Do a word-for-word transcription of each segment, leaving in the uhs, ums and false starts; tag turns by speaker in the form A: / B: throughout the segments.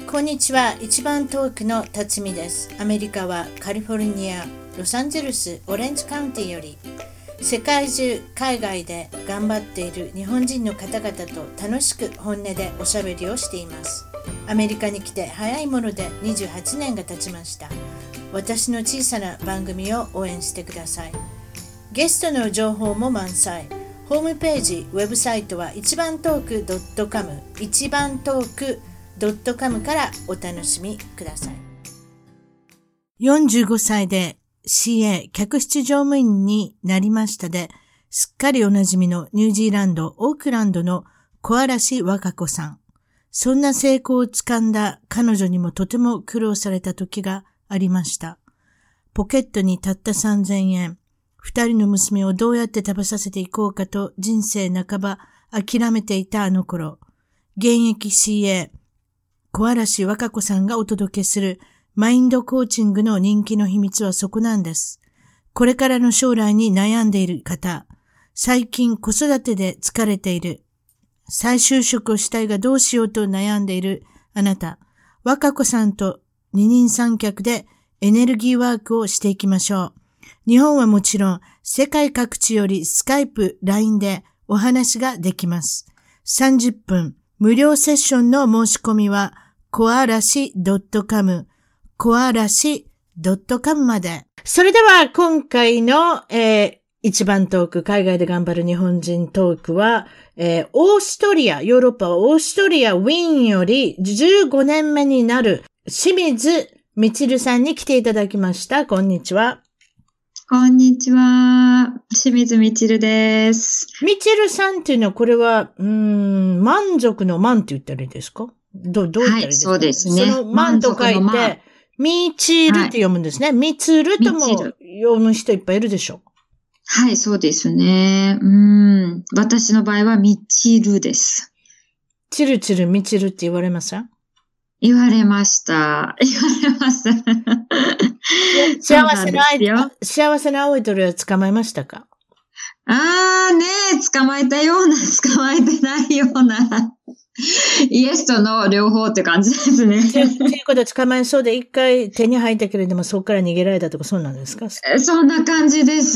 A: こんにちは。一番遠くの辰巳です。アメリカはカリフォルニア、ロサンゼルス、オレンジカウンティより世界中、海外で頑張っている日本人の方々と楽しく本音でおしゃべりをしています。アメリカに来て早いものでにじゅうはちねんが経ちました。私の小さな番組を応援してください。ゲストの情報も満載。ホームページ、ウェブサイトは一番トーク .com 一番トーク .com からお楽しみください。よんじゅうごさいで シーエー 客室乗務員になりましたで、すっかりおなじみのニュージーランド、オークランドの小嵐和歌子さん。そんな成功をつかんだ彼女にもとても苦労された時がありました。ポケットにたったさんぜんえん。二人の娘をどうやって食べさせていこうかと人生半ば諦めていたあの頃。現役 シーエー、小嵐和歌子さんがお届けするマインドコーチングの人気の秘密はそこなんです。これからの将来に悩んでいる方、最近子育てで疲れている、再就職をしたいがどうしようと悩んでいるあなた、和歌子さんと二人三脚でエネルギーワークをしていきましょう。日本はもちろん世界各地よりスカイプ、ライン でお話ができます。さんじゅっぷん無料セッションの申し込みはコアラシ .com コアラシ .com まで。それでは今回の、えー、一番トーク、海外で頑張る日本人トークは、えー、オーストリア、ヨーロッパはオーストリア、ウィーンよりじゅうごねんめになる清水みちるさんに来ていただきました。こんにちは。
B: こんにちは。清水みちるです。
A: みちるさんっていうのは、これは、うーん、満足の満って言ったらいいですか？ど、どう言ったらいいですか？
B: はい、そうですね。
A: その満と書いて、みちるって読むんですね。みつるとも読む人いっぱいいるでしょ？
B: はい、そうですね。うん。私の場合はみちるです。
A: ちるちるみちるって言われますか？
B: 言われました。言われます。
A: 幸せな青い、幸せな青い鳥は捕まえましたか？
B: あーねー、捕まえたような、捕まえてないような。イエスとの両方って感じですね。
A: ということは捕まえそうで一回手に入ったけれどもそこから逃げられたとかそうなんですか？
B: そんな感じです。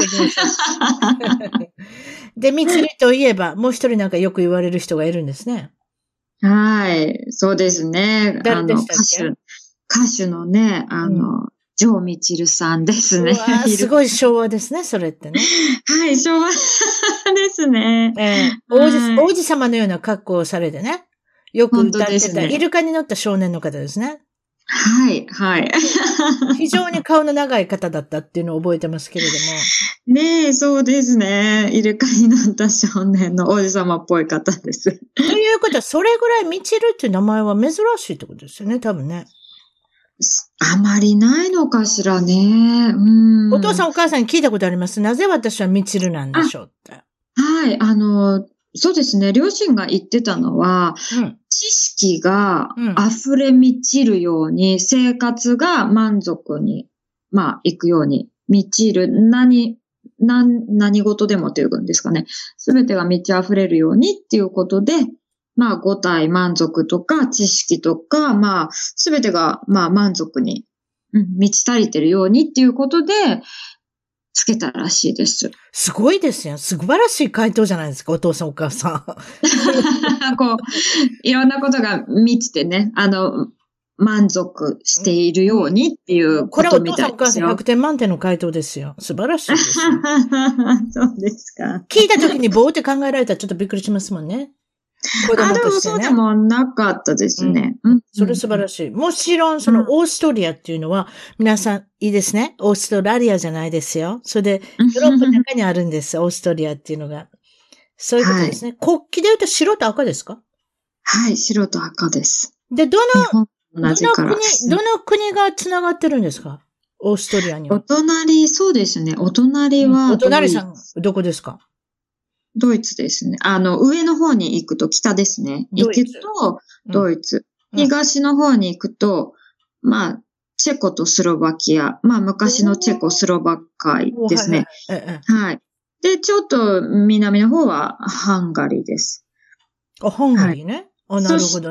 A: で、みちるといえばもう一人なんかよく言われる人がいるんですね。
B: はい。そうですね。
A: 誰でしたっけ？
B: あの、歌手、歌手のね、あの、うん、ジョー・ミチルさんですね。
A: うわすごい昭和ですね、それってね。
B: はい、昭和ですね。
A: えー王子、はい、王子様のような格好をされてね。よく歌ってた、ね、イルカに乗った少年の方ですね。
B: はい、はい。
A: 非常に顔の長い方だったっていうのを覚えてますけれど
B: も。ねえ、そうですね。イルカに乗った少年の王子様っぽい方です。
A: ということは、それぐらいミチルっていう名前は珍しいってことですよね、多分ね。
B: あまりないのかしらね。うん。
A: お父さんお母さんに聞いたことあります？なぜ私はミチルなんでしょうって。
B: はい、あの、そうですね。両親が言ってたのは、うん、知識が溢れ満ちるように、うん、生活が満足に、まあ、いくように満ちる。何、何、何事でもっていうんですかね。すべてが満ち溢れるようにっていうことで、まあ、五体満足とか、知識とか、まあ、すべてが、まあ、満足に、うん、満ち足りてるようにっていうことで、つけたらしいです。
A: すごいですよ。素晴らしい回答じゃないですか、お父さんお母さん。
B: こう、いろんなことが満ちてね、あの、満足しているようにっていうことみたいですよ。
A: これお父さんお母さんひゃくてん満点の回答ですよ。素晴らしいですよ。
B: そうですか。
A: 聞いたときに棒って考えられたらちょっとびっくりしますもんね。
B: 子供としてね。あ、でもそうでもなかったですね。
A: うんうん、それ素晴らしい。もちろん、そのオーストリアっていうのは、皆さんいいですね。オーストラリアじゃないですよ。それで、ヨーロッパの中にあるんです。オーストリアっていうのが。そういうことですね。はい、国旗で言うと白と赤ですか？
B: はい、白と赤です。
A: で、どの、どの国、どの国が繋がってるんですか？オーストリアには。
B: お隣、そうですね。お隣は、うん、
A: お隣さん、どこですか？
B: ドイツですね。あの、上の方に行くと北ですね。行くと、ドイツ。うん、東の方に行くと、まあ、チェコとスロバキア。まあ、昔のチェコスロバカイですね。
A: はいはい。
B: はい。で、ちょっと南の方はハンガリーです。
A: あ、ハンガリーね。はい、あ、なるほどね。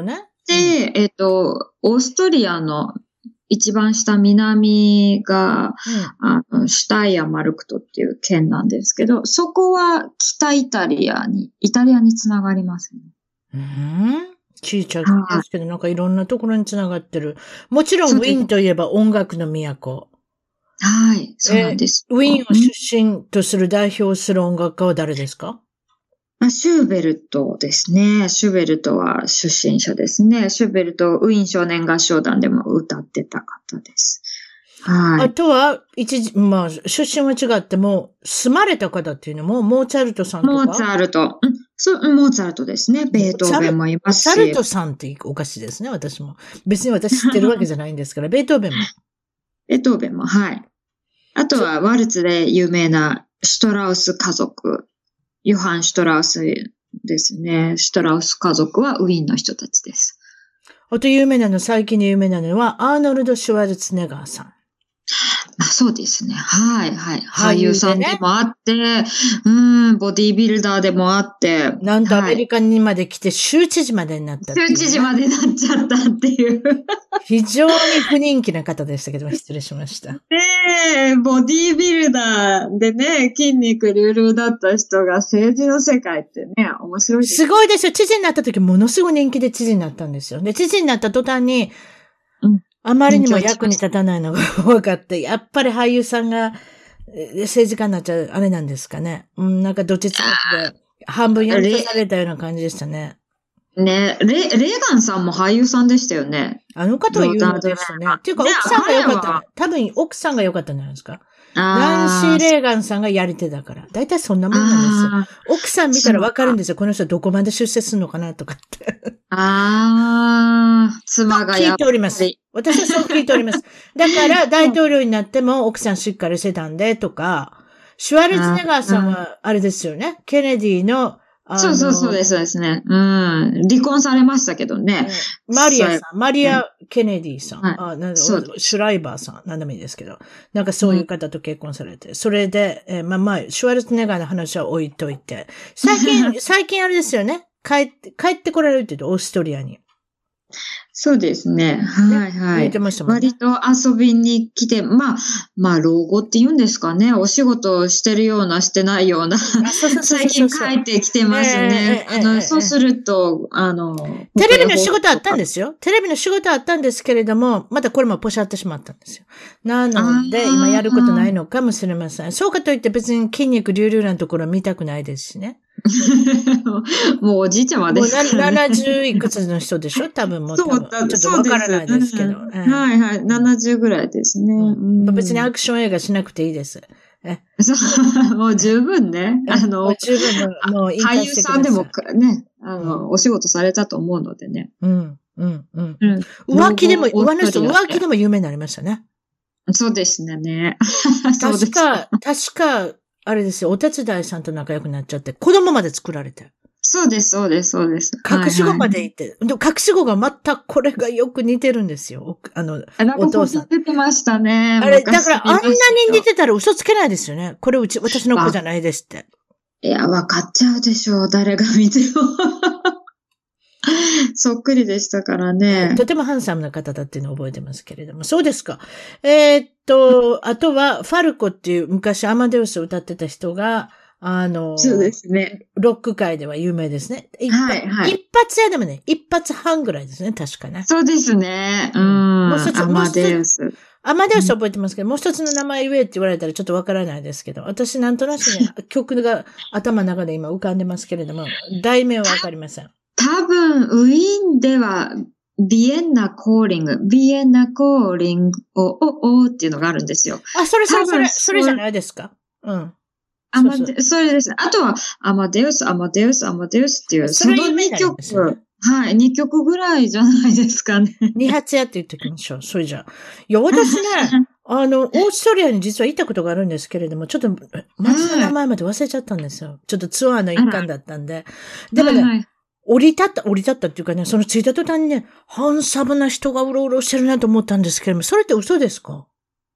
B: で、えっと、オーストリアの一番下南が、うん、あのシュタイアマルクトっていう県なんですけど、そこは北イタリアに、イタリアにつながりますね。
A: うん。小さいですけど、なんかいろんなところにつながってる。もちろんウィーンといえば音楽の都。
B: はい、そうなんです。
A: ウィーンを出身とする代表する音楽家は誰ですか？
B: シューベルトですね。シューベルトは出身者ですね。シューベルト、ウィーン少年合唱団でも歌ってた方です。はい。
A: あとは、一時、まあ、出身は違っても、住まれた方っていうのも、モーツァルトさんとか。
B: モーツァルト。うん、そう、モーツァルトですね。ベートーベンもいますし。
A: モーツァルトさんっておかしいですね、私も。別に私知ってるわけじゃないんですから、ベートーベンも。
B: ベートーベンも、はい。あとは、ワルツで有名なシュトラウス家族。ヨハン・シュトラウスですね。シュトラウス家族はウィーンの人たちです。
A: あと有名なの、最近の有名なのは、アーノルド・シュワルツネガーさん。
B: あ、そうですね。はい、はい。俳優さんでもあって、ね、うん、ボディービルダーでもあって。
A: なんとアメリカにまで来て、州知事までになったっていう、
B: ね。州知事までなっちゃったっていう。
A: 非常に不人気な方でしたけど、失礼しました。
B: ねえ、ボディービルダーでね、筋肉隆々だった人が政治の世界ってね、面白いです。
A: すごいですよ。知事になった時、ものすごい人気で知事になったんですよ。で、知事になった途端に、うん、あまりにも役に立たないのが分かって、やっぱり俳優さんが政治家になっちゃう、あれなんですかね。うん、なんかどっちつかずで半分やり出されたような感じでしたね。
B: ねレ、レーガンさんも俳優さんでしたよね。
A: あの方は有名でしたね。っていうか、奥さんが良かった。多分奥さんが良かったんじゃないですか。ナンシー・レーガンさんがやり手だから。だいたいそんなもんなんですよ。奥さん見たらわかるんですよ。この人どこまで出世するのかなとかって。
B: ああ、妻がやっぱり。
A: 聞いております。私はそう聞いております。だから大統領になっても奥さんしっかりしてたんでとか、シュワルツネガーさんはあれですよね。ケネディの
B: そうそうそうです、そうですね。うん。離婚されましたけどね。
A: うん、マリアさん、マリア・ケネディさん、はい、あなんシュライバーさん、なんでもいいですけど、なんかそういう方と結婚されて、うん、それで、えー、まあまあ、シュワルツネガーの話は置いといて、最近、最近あれですよね。帰って、帰ってこられるって言うと、オーストリアに。
B: そうですね。はいはい。ね、割と遊びに来て、まあ、まあ、老後って言うんですかね。お仕事をしてるような、してないような。最近帰ってきてますね。あの、そうすると、あの、
A: テレビの仕事あったんですよ。テレビの仕事あったんですけれども、またこれもポシャってしまったんですよ。なので、今やることないのかもしれません。そうかといって別に筋肉隆々なところは見たくないですしね。
B: もうおじいちゃまですから、ね。
A: もうななじゅういくつの人でしょ多分もう多分。そうだ、ちょっとわからないですけど。
B: うんうん、はいはい。ななじゅうぐらいですね、うん
A: うん。別にアクション映画しなくていいです。
B: えそうもう十分ね。あの、
A: もう十分もう
B: 俳優さんでもね、あの、うん、お仕事されたと思うのでね。
A: うん、うん、うん。うん、浮気でも、上の人浮気でも有名になりましたね。
B: そうですね。
A: 確か、確か、あれですよ、お手伝いさんと仲良くなっちゃって、子供まで作られて。
B: そうです、そうです、そうです。
A: 隠し子までいて。はいはい、でも隠し子がまたこれがよく似てるんですよ。あの、お父さん。
B: 出てましたね。
A: あれ、だからあんなに似てたら嘘つけないですよね。これうち、私の子じゃないですって。
B: いや、わかっちゃうでしょう。誰が見ても。そっくりでしたからね。
A: とてもハンサムな方だっていうのを覚えてますけれども。そうですか。えー、っと、あとは、ファルコっていう昔アマデウスを歌ってた人が、あの、
B: そうですね。
A: ロック界では有名ですね。
B: はいはい。
A: 一発やでもね、一発半ぐらいですね、確かね。
B: そうですね。うん。もう一つ、アマデウス。
A: アマデウスは覚えてますけど、もう一つの名前言えって言われたらちょっとわからないですけど、私なんとなくね、曲が頭の中で今浮かんでますけれども、題名はわかりません。
B: 多分、ウィーンでは、ビエンナコーリング、ビエンナコーリング、お、お、おっていうのがあるんですよ。
A: あ、それそれそれ、それじゃないですか。うん。
B: アマデ、それですね。あとは、アマデウス、アマデウス、アマデウスっていう、そのにきょく、はい、にきょくぐらいじゃないですかね。
A: 二発やって言っておきましょう。それじゃあ。いや、私ね、あの、オーストリアに実は行ったことがあるんですけれども、ちょっと、街の名前まで忘れちゃったんですよ。ちょっとツアーの一環だったんで。でもね、はいはい、降り立った、降り立ったっていうかね、その着いた途端にね、ハンサムな人がうろうろしてるなと思ったんですけれども、それって嘘ですか？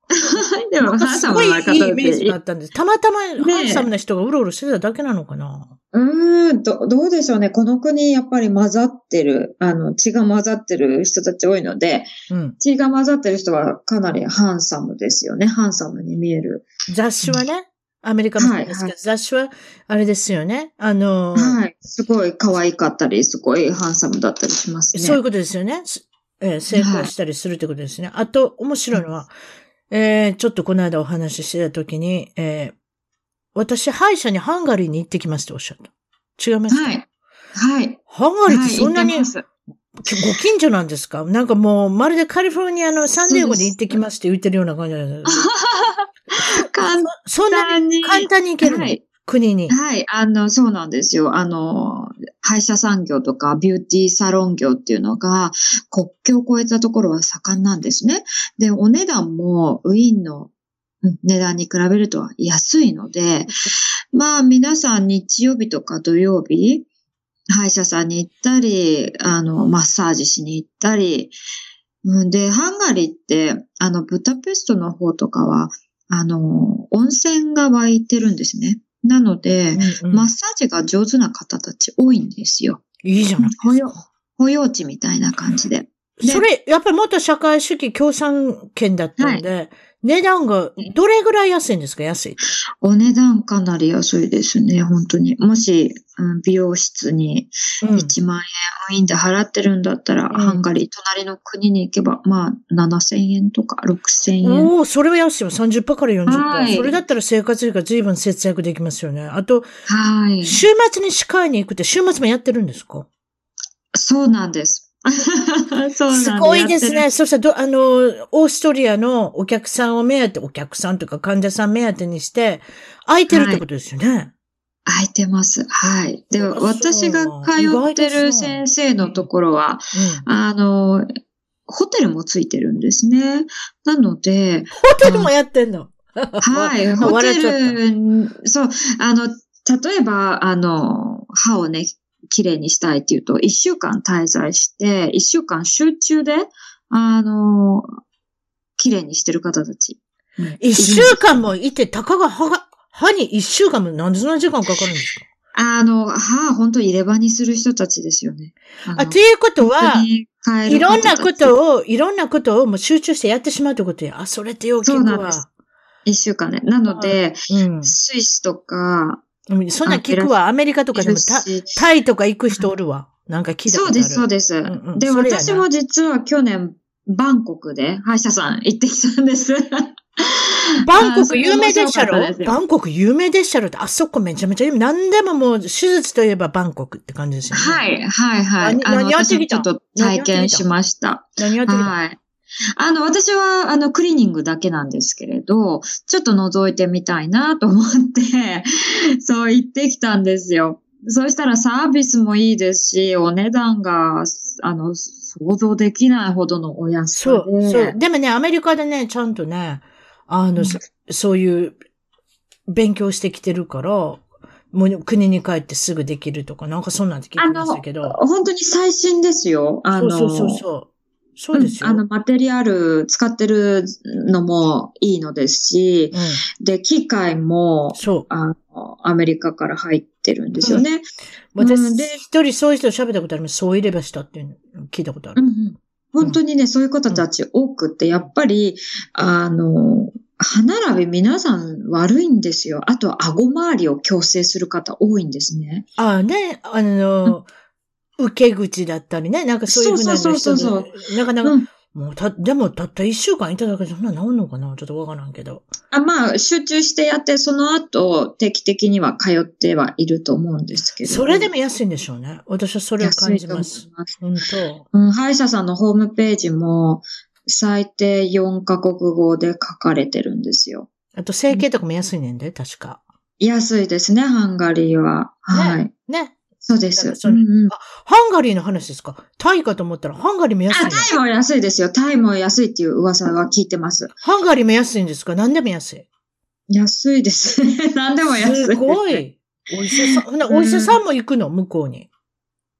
B: でも、ハンサムな方
A: すごいいいイメージがあったんです。たまたまハンサムな人がうろうろしてただけなのかな、
B: うーん、ど、どうでしょうね。この国、やっぱり混ざってる、あの、血が混ざってる人たち多いので、うん、血が混ざってる人はかなりハンサムですよね。ハンサムに見える。
A: 雑誌はね、うん、アメリカもそうですけど、はいはい、雑誌は、あれですよね。あのー、
B: はい。すごい可愛かったり、すごいハンサムだったりしますね。
A: そういうことですよね。えー、成功したりするってことですね。はい、あと、面白いのは、えー、ちょっとこの間お話ししてたときに、えー、私、歯医者にハンガリーに行ってきますっておっしゃった。違いますか？
B: はい。はい。
A: ハンガリーってそんなに、はい、ご近所なんですか？なんかもう、まるでカリフォルニアのサンディエゴに行ってきますって言ってるような感じなんです
B: 簡
A: そんなに簡単に行けるの、はい、国に。
B: はい。あの、そうなんですよ。あの、歯医者産業とかビューティーサロン業っていうのが国境を越えたところは盛んなんですね。で、お値段もウィーンの値段に比べると安いので、まあ皆さん日曜日とか土曜日、歯医者さんに行ったり、あの、マッサージしに行ったり、で、ハンガリーって、あの、ブダペストの方とかは、あの、温泉が湧いてるんですね。なので、うんうん、マッサージが上手な方たち多いんですよ。
A: いいじゃないですか。
B: 保養、保養地みたいな感じで。
A: でそれ、やっぱり元社会主義共産圏だったんで、はい、値段がどれぐらい安いんですか？安い。
B: お値段かなり安いですね、本当に。もし、うん、美容室にいちまんえんウィーンで払ってるんだったら、うん、ハンガリー、隣の国に行けば、まあ、ななせんえんとかろくせんえん。
A: おお、それは安いわ。さんじゅっパーセントからよんじゅっパーセント。はい、それだったら生活費が随分節約できますよね。あと、はい、週末に歯科医に行くって週末もやってるんですか？
B: そうなんです。そうなん
A: すごいですね。そしたら、あの、オーストリアのお客さんを目当て、お客さんというか患者さん目当てにして、空いてるってことですよね。はい、
B: 空いてます。はい。で、私が通ってる先生のところは、うん、あの、ホテルもついてるんですね。なので。
A: ホテルもやってんの？
B: はい。ホテル、そう、あの、例えば、あの、歯をね、綺麗にしたいっていうと、一週間滞在して、一週間集中で、あの、綺麗にしてる方たち。
A: 一週間もいて、たかが歯が、歯に一週間もなんでそんな時間かかるんですか？
B: あの、歯、本当入れ歯にする人たちですよね。
A: あ、ということは、いろんなことを、いろんなことをもう集中してやってしまうってことや。あ、それってよく聞くわ。そうなんです。
B: 一週間ね。なので、うん、スイスとか、
A: そんな聞くわ。アメリカとかでもタ、タイとか行く人おるわ。なんか聞いたことある。
B: そうです、そうです。うんうん、で、私も実は去年、バンコクで歯医者さん行ってきたんです。
A: バンコク有名でっしゃろ？バンコク有名でっしゃろって、あそこめちゃめちゃ有名。何でももう手術といえばバンコクって感じですよね。
B: はい、はい、はい。
A: 何やってきた？
B: ちょっと体験しました。
A: 何やってきた？
B: はい。あの、私は、あの、クリーニングだけなんですけれど、ちょっと覗いてみたいなと思って、そう言ってきたんですよ。そうしたらサービスもいいですし、お値段が、あの、想像できないほどのお安さで。
A: そう、そう。でもね、アメリカでね、ちゃんとね、あの、うん、そ, そういう勉強してきてるから、もう国に帰ってすぐできるとか、なんかそんなんて聞きましたけど。
B: 本当に最新ですよ。あの、
A: そうそうそうそう。そうですよ、
B: うん。あの、マテリアル使ってるのもいいのですし、うん、で、機械も、そう。あの、アメリカから入ってるんですよね。
A: うん、私、うん、で、一人そういう人喋ったことあります。そういればしたっていうの聞いたことある。
B: うんうん、本当にね、うん、そういう方たち多くって、やっぱり、あの、歯並び皆さん悪いんですよ。あと、顎周りを矯正する方多いんですね。
A: ああね、あの、うん受け口だったりね。なんかそういうふうな人で。そうそうそうそう。なかなか、うん、もうた、でもたった一週間いただけでそんな治んのかなちょっとわからんけど。
B: あ、まあ、集中してやって、その後、定期的には通ってはいると思うんですけど。
A: それでも安いんでしょうね。私はそれを感じます。本当。
B: うん、歯医者さんのホームページも、最低よんカ国語で書かれてるんですよ。
A: あと、整形とかも安いねんで、確か。
B: 安いですね、ハンガリーは。はい。
A: ね。ね
B: そうです。
A: うんうん、あ、ハンガリーの話ですか？タイかと思ったらハンガリーも安い。
B: あ、タイも安いですよ。タイも安いっていう噂は聞いてます。
A: ハンガリーも安いんですか？何でも安い。
B: 安いですね。何でも安い。
A: すごい。お医者さん、お医者さんも行くの、向こうに。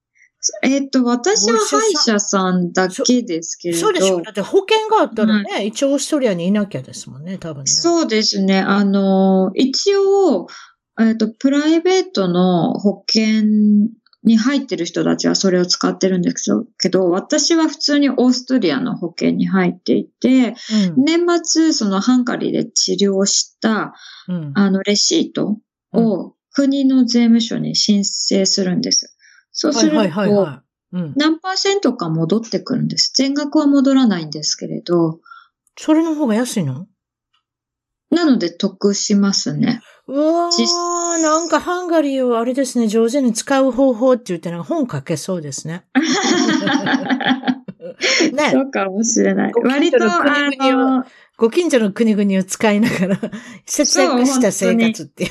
B: えっと、私は歯医者さんだけですけれど。
A: そうでしょ。だって保険があったらね、はい、一応オーストリアにいなきゃですもんね、多分ね。
B: そうですね。あの、一応、えっと、プライベートの保険に入ってる人たちはそれを使ってるんですけど、私は普通にオーストリアの保険に入っていて、うん、年末、そのハンガリーで治療した、うん、あの、レシートを国の税務署に申請するんです。そうすると、何パーセントか戻ってくるんです。全額は戻らないんですけれど。
A: それの方が安いの？
B: なので得しますね。
A: うわー、なんかハンガリーをあれですね、上手に使う方法って言ってなんか本書けそうですね。
B: ね。そうかもしれない。割と、あの、
A: ご近所の国々を使いながら、節約した生活っていう。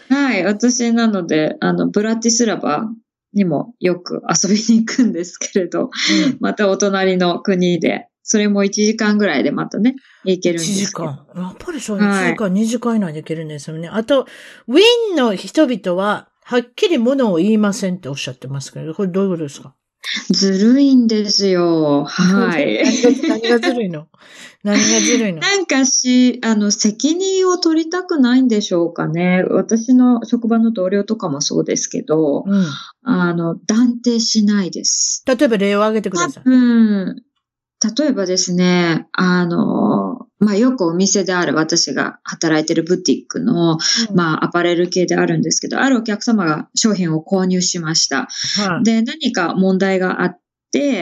B: はい、私なので、あの、ブラティスラバにもよく遊びに行くんですけれど、うん、またお隣の国で、それもいちじかんぐらいでまたね、行けるんですけど。いちじか
A: ん。やっぱりそう、いちじかん、にじかん以内で行けるんですよね。あと、ウィーンの人々は、はっきりものを言いませんっておっしゃってますけど、これどういうことですか？
B: ずるいんですよ。はい。
A: 何がずるいの？何がずるいの？
B: なんかし、あの、責任を取りたくないんでしょうかね。私の職場の同僚とかもそうですけど、うん、あの、断定しないです。
A: 例えば例を挙げてください。
B: うん。例えばですね、あの、まあ、よくお店である私が働いてるブティックの、うん、まあ、アパレル系であるんですけど、あるお客様が商品を購入しました。はい、で、何か問題があって、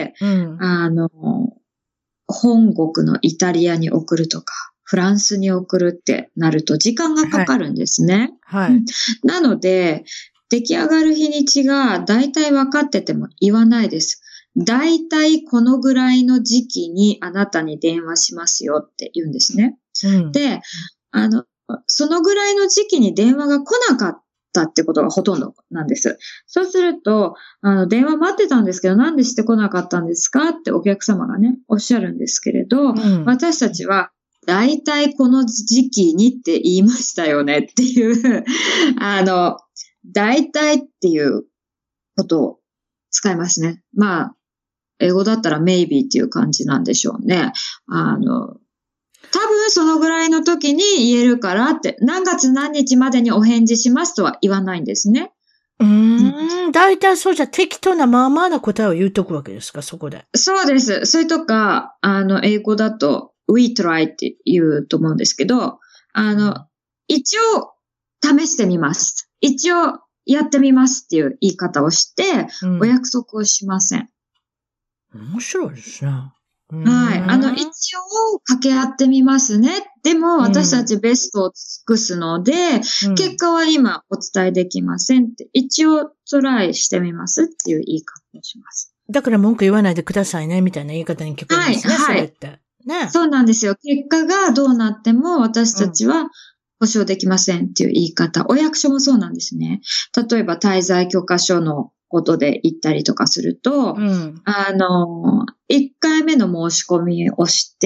B: うん、あの、本国のイタリアに送るとか、フランスに送るってなると時間がかかるんですね。はい。はい、なので、出来上がる日にちが大体分かってても言わないです。大体このぐらいの時期にあなたに電話しますよって言うんですね。うん、で、あの、そのぐらいの時期に電話が来なかったってことがほとんどなんです。そうすると、あの、電話待ってたんですけど、なんでしてこなかったんですかってお客様がね、おっしゃるんですけれど、うん、私たちは、大体この時期にって言いましたよねっていう、あの、大体っていうことを使いますね。まあ、英語だったら maybe っていう感じなんでしょうね。あの、多分そのぐらいの時に言えるからって、何月何日までにお返事しますとは言わないんですね。
A: うーん、大体そうじゃ適当なまあまあな答えを言うとくわけですか、そこで。
B: そうです。それとか、あの、英語だと we try って言うと思うんですけど、あの、一応試してみます。一応やってみますっていう言い方をして、お約束をしません。
A: うん、面白いですね。
B: はい。あの、一応掛け合ってみますね。でも、私たちベストを尽くすので、うん、結果は今お伝えできませんって、一応トライしてみますっていう言い方をします。
A: だから文句言わないでくださいね、みたいな言い方に聞こえますね、はい、それって。ね。
B: そうなんですよ。結果がどうなっても私たちは保証できませんっていう言い方。うん、お役所もそうなんですね。例えば滞在許可書のことで行ったりとかすると、うん、あの、いっかいめの申し込みをして、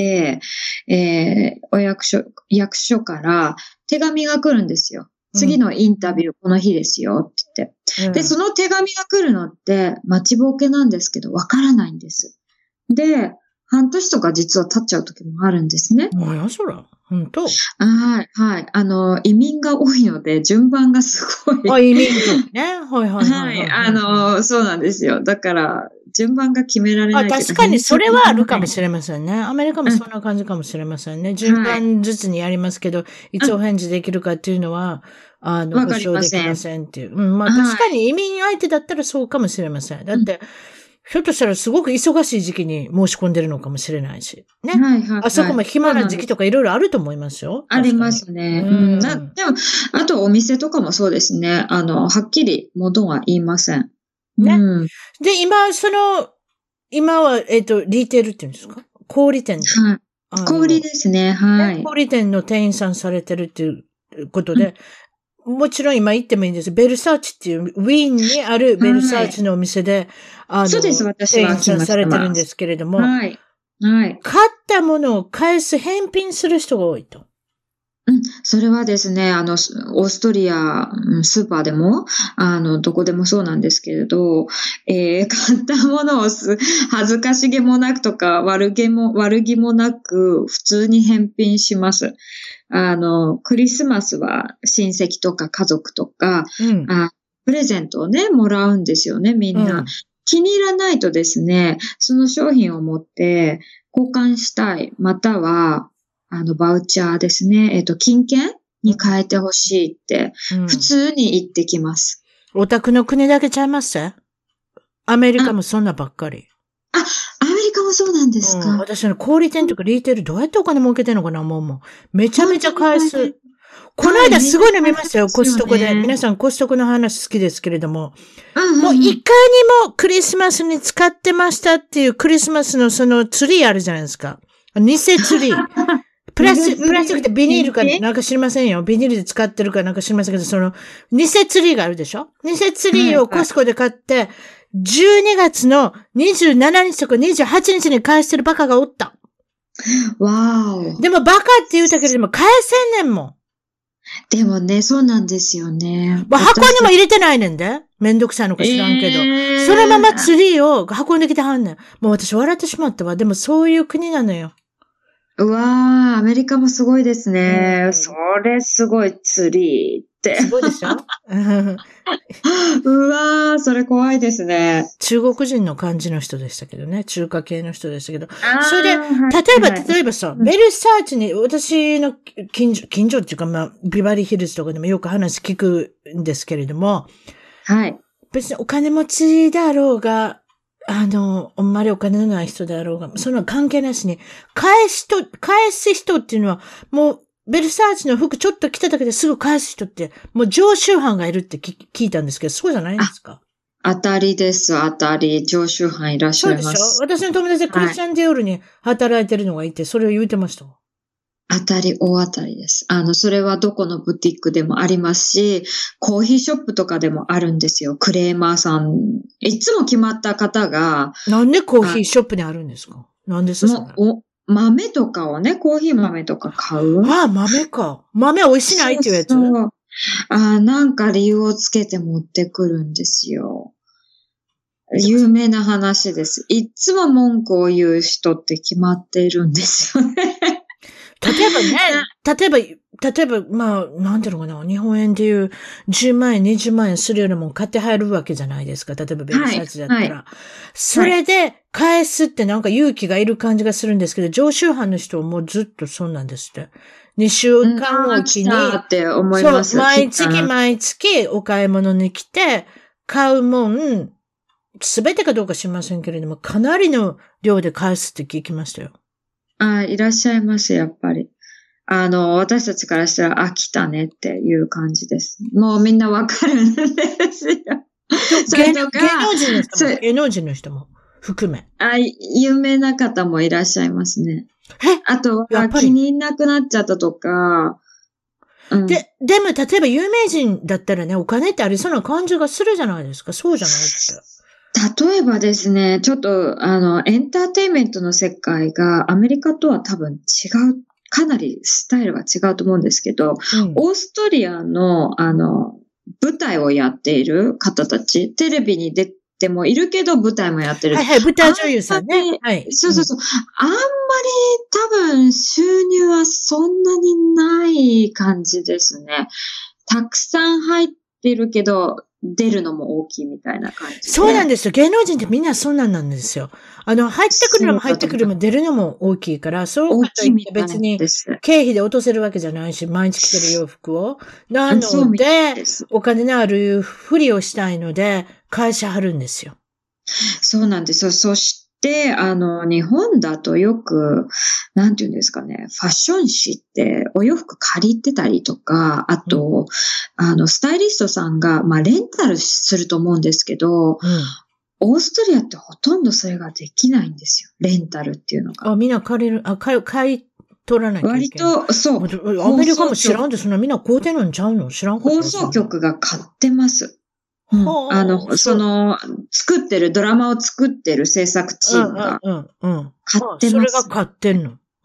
B: えー、お役所、役所から手紙が来るんですよ。次のインタビューこの日ですよって言って。うん、で、その手紙が来るのって待ちぼうけなんですけど、わからないんです。で、半年とか実は経っちゃう時もあるんですね。
A: あや、そら。本当。
B: はい、はい。あの、移民が多いので、順番がすごい。
A: あ、移民族ね。はいはいはい、はい。
B: はい。あの、そうなんですよ。だから、順番が決められない。
A: あ、確かにそれはあるかもしれませんね。アメリカもそんな感じかもしれませんね。順番ずつにやりますけど、はい、いつお返事できるかっていうのは、あの、保証できませんっていう。うん、まあ確かに移民相手だったらそうかもしれません。だって、うん、ひょっとしたらすごく忙しい時期に申し込んでるのかもしれないし。ね。はいはいはい、あそこも暇な時期とかいろいろあると思いますよ。
B: ありますね。うん。なでも、あとお店とかもそうですね。あの、はっきり物は言いません。
A: ね。うん、で、今、その、今は、えっと、リテールって言うんですか？小売店。
B: はい。小売ですね。はい。
A: 小売店の店員さんされてるっていうことで、うん、もちろん今言ってもいいんです。ベルサーチっていう、ウィーンにあるベルサーチのお店で、はい、あの、
B: そうです、私は。
A: 店員さんされてるんですけれども、
B: はい。はい。
A: 買ったものを返す、返品する人が多いと。
B: うん、それはですね、あの、オーストリア、スーパーでも、あの、どこでもそうなんですけれど、えー、買ったものをす恥ずかしげもなくとか、悪気も、悪気もなく、普通に返品します。あの、クリスマスは親戚とか家族とか、うん、あプレゼントをね、もらうんですよね、みんな。うん、気に入らないとですね、その商品を持って交換したい、または、あの、バウチャーですね。えっと、金券に変えてほしいって、普通に言ってきます。
A: うん、お宅の国だけちゃいます？アメリカもそんなばっかり。
B: あ、アメリカもそうなんですか。うん、
A: 私の小売店とかリーテールどうやってお金儲けてんのかな、もうもう。めちゃめちゃ返す。この間すごいの見ましたよ、コストコで。皆さんコストコの話好きですけれども。うんうんうん、もういかにもクリスマスに使ってましたっていうクリスマスのそのツリーあるじゃないですか。偽ツリー。プラス、プラスチックってビニールかなんか知りませんよ。ビニールで使ってるかなんか知りませんけど、その、偽ツリーがあるでしょ？偽ツリーをコスコで買って、じゅうにがつのにじゅうしちにちとかにじゅうはちにちに返してるバカがおった。
B: わー。
A: でもバカって言うたけれども、返せんねんもん。
B: でもね、そうなんですよね。
A: まあ、箱にも入れてないねんで。めんどくさいのか知らんけど。えー、そのままツリーを運んできてはんねん。もう私笑ってしまったわ。でもそういう国なのよ。
B: うわー、アメリカもすごいですね。うん、それすごいツリーって。
A: すごいでしょ
B: うわー、それ怖いですね。
A: 中国人の感じの人でしたけどね。中華系の人でしたけど。それで、例えば、例えばさ、ベルサーチに、私の近所、近所っていうか、まあ、ビバリーヒルズとかでもよく話聞くんですけれども。
B: はい。
A: 別にお金持ちだろうが、あの、あんまりお金のない人であろうが、その関係なしに、返す人、返す人っていうのは、もう、ベルサーチの服ちょっと着ただけですぐ返す人って、もう常習犯がいるって聞いたんですけど、そうじゃないんですか？
B: 当たりです、当たり。常習犯いらっしゃいます。
A: そうでしょ？私の友達でクリスチャンディオールに働いてるのがいて、それを言うてました。
B: 当たり、大当たりです。あの、それはどこのブティックでもありますし、コーヒーショップとかでもあるんですよ。クレーマーさん。いつも決まった方が。
A: なんでコーヒーショップにあるんですか？なんですか？
B: お豆とかをね、コーヒー豆とか買う。
A: ああ、豆か。豆美味しないっていうやつ？そうそう。
B: ああ、なんか理由をつけて持ってくるんですよ。有名な話です。いつも文句を言う人って決まっているんですよね。
A: 例えばね、例えば、例えば、まあ、なんていうのかな、日本円でいうじゅうまんえん、にじゅうまんえんするようなもん買って入るわけじゃないですか。例えばベルサーチだったら。はいはい、それで返すってなんか勇気がいる感じがするんですけど、常習犯の人はもうずっとそうなんですって。にしゅうかんおきに、
B: うん、って思います。
A: そう、毎月毎月お買い物に来て、買うもん、すべてかどうか知りませんけれども、かなりの量で返すって聞きましたよ。
B: ああ、いらっしゃいます、やっぱり。あの、私たちからしたら、あ、来たねっていう感じです。もうみんなわかるんですよ。
A: 芸能人の人も、芸能人の人も含め。
B: あ、有名な方もいらっしゃいますね。あとは、気になくなっちゃったとか、
A: うん、で、でも例えば有名人だったらね、お金ってありそうな感じがするじゃないですか。そうじゃないですか。
B: 例えばですね、ちょっと、あの、エンターテインメントの世界がアメリカとは多分違う、かなりスタイルが違うと思うんですけど、うん、オーストリアの、あの、舞台をやっている方たち、テレビに出てもいるけど舞台もやってる。
A: はいはい、舞台女優さんね。はい。
B: そうそうそう。うん、あんまり多分収入はそんなにない感じですね。たくさん入ってるけど、出るのも大きいみたいな感じ。
A: そうなんですよ。芸能人ってみんなそんなんなんですよ。あの、入ってくるのも入ってくるのも出るのも大きいから、そうかといって別に経費で落とせるわけじゃないし、毎日着てる洋服を。なので、お金のあるふりをしたいので、会社張るんですよ。
B: そうなんですよ。そして、あの、日本だとよく、なんていうんですかね、ファッション誌ってお洋服借りてたりとか、あと、うん、あの、スタイリストさんが、まあ、レンタルすると思うんですけど、うん、オーストリアってほとんどそれができないんですよ。レンタルっていうのが。
A: あ、みんな借りる、あ、買い、買い取らないといけない。
B: 割と、そう。
A: アメリカも知らんで、そんなみんな買うてるんちゃうの？知らんかった。
B: 放送局が買ってます。うん、あの、その、作ってる、ドラマを作ってる制作チームが、買ってます。
A: うんうんうん、それが買ってんの。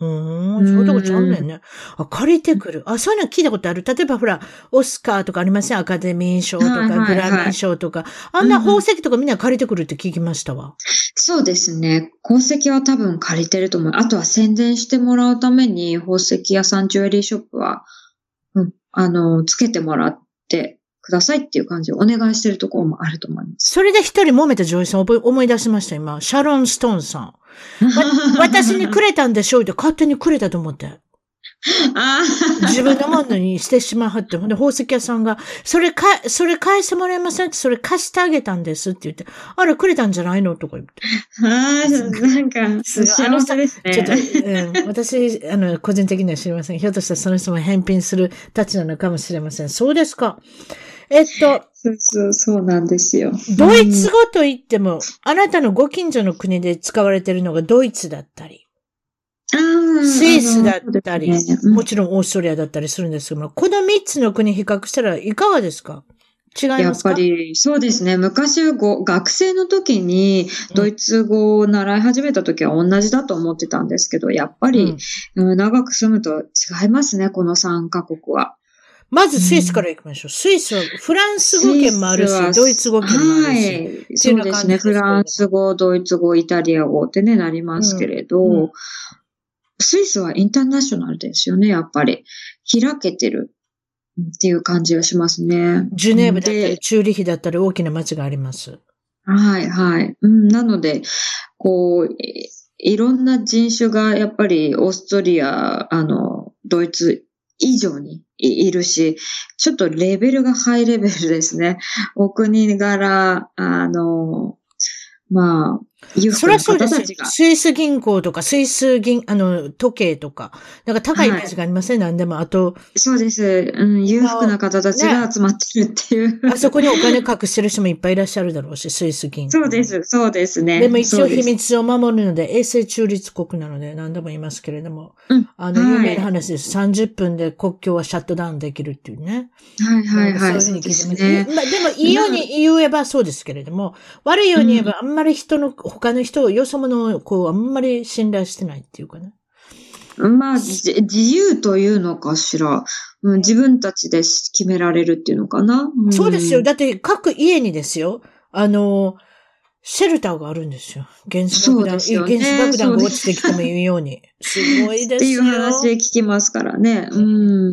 A: うーん、そういうとこちゃうねんね。あ、借りてくる。あ、そういうの聞いたことある。例えばほら、オスカーとかありません？アカデミー賞とか、
B: はいはいはい
A: グラミー賞とか。あんな宝石とかみんな借りてくるって聞きましたわ。
B: そうですね。宝石は多分借りてると思う。あとは宣伝してもらうために宝石屋さん、ジュエリーショップは、うん、あの、つけてもらってくださいっていう感じをお願いしてるところもあると思います。
A: それで一人揉めた女優さんを思い出しました、今。シャロン・ストーンさん。私にくれたんでしょうって勝手にくれたと思って。自分のものにしてしまうって。ほんで、宝石屋さんが、それか、それ返してもらえませんって、それ貸してあげたんですって言って、あれくれたんじゃないのとか言って。
B: ああ、なんか、幸せですね。
A: ちょっと、うん、私、あの、個人的には知りません。ひょっとしたらその人も返品するたちなのかもしれません。そうですか。えっと、
B: そうそう、そうなんですよ。
A: ドイツ語と言っても、うん、あなたのご近所の国で使われているのがドイツだったり、スイスだったり、ねうん、もちろんオーストリアだったりするんですけども、このみっつの国比較したらいかがですか？違いますか？
B: やっぱり、そうですね。昔ご、学生の時にドイツ語を習い始めた時は同じだと思ってたんですけど、やっぱり、うん、長く住むと違いますね、このさんカ国は。
A: まずスイスから行きましょう。うん、スイスはフランス語圏もあるし、ドイツ語圏もあるし。はい。
B: そうですね。フランス語、ドイツ語、イタリア語ってね、なりますけれど、うんうん、スイスはインターナショナルですよね、やっぱり。開けてるっていう感じがしますね。
A: ジュネーブだったり、チューリヒだったり大きな街があります。
B: はい、はい。うん、なので、こう、いろんな人種がやっぱりオーストリア、あの、ドイツ以上にいるし、ちょっとレベルがハイレベルですね。お国柄、あの、まあ、
A: そりゃそうですよ。スイス銀行とか、スイス銀、あの、時計とか、なんか高いイメージがありません、はい、何でも。あと。
B: そうです。うん、裕福な方たちが集まってるっていう、
A: ね。あそこにお金隠してる人もいっぱいいらっしゃるだろうし、スイス銀行。
B: そうです、そうですね。
A: でも一応秘密を守るので、永世中立国なので何度も言いますけれども。うん、あの、有名な話です。さんじゅっぷんで国境はシャットダウンできるっていうね。
B: はいはいはい。
A: そういうふうに聞いてますね。まあ、でも、いいように言えばそうですけれども、悪いように言えば、あんまり人の、他の人を、よそ者を、こう、あんまり信頼してないっていうかね。
B: まあ、自由というのかしら、うん。自分たちで決められるっていうのかな。
A: うん、そうですよ。だって、各家にですよ。あの、シェルターがあるんですよ。原子爆弾、ね、原子爆弾が落ちてきても言うように。すごいですよ。
B: っていう話聞きますからね。うん。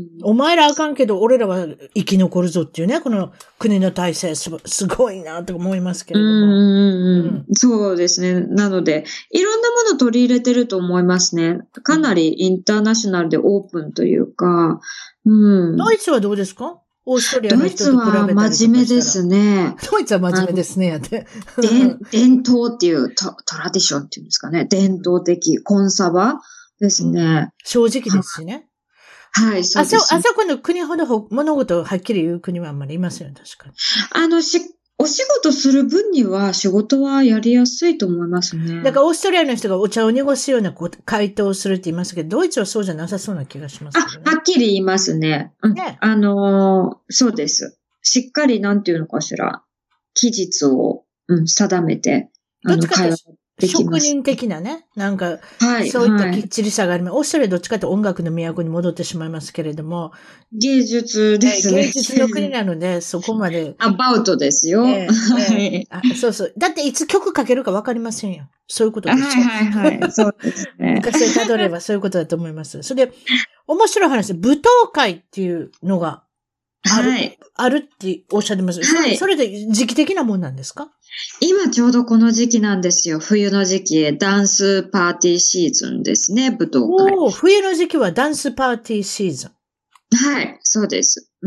A: お前らあかんけど、俺らは生き残るぞっていうね、この国の体制す、すごいなと思いますけれども。うん、
B: うん、そうですね。なので、いろんなものを取り入れてると思いますね。かなりインターナショナルでオープンというか。うん。
A: ドイツはどうですか？オーストリアの人と比べたりとかしたら。
B: ドイツは真面目ですね。
A: ドイツは真面目ですね、やって。
B: 伝、伝統っていうト、トラディションっていうんですかね。伝統的、コンサバですね。うん、
A: 正直ですしね。
B: はい、そうです、ね。
A: あそ、あそこの国ほど物事をはっきり言う国はあんまりいませんよ、確かに。
B: あの、し、お仕事する分には仕事はやりやすいと思いますね。
A: だからオーストリアの人がお茶を濁すような回答をするって言いますけど、ドイツはそうじゃなさそうな気がしますけどね。
B: あ、はっきり言いますね。うん、ね。あのー、そうです。しっかりなんていうのかしら、期日を、うん、定めて、
A: あの、会話できます。職人的なね。なんか、はい、そういったきっちりさがあります。はい、オーストラリアどっちかというと音楽の都に戻ってしまいますけれども。
B: 芸術ですね。
A: 芸術の国なので、そこまで。
B: アバウトですよ。えー
A: えー、あ。そうそう。だっていつ曲かけるかわかりませんよ。そういうことですよ。
B: はいはいはい。そうですね。
A: 昔をたどればそういうことだと思います。それで、面白い話、舞踏会っていうのがある、はい、あるっておっしゃってます。はい。それで時期的なもんなんですか？
B: 今ちょうどこの時期なんですよ。冬の時期、ダンスパーティーシーズンですね、舞踏会。
A: おー、冬の時期はダンスパーティーシーズン。
B: はい、そうです。うん。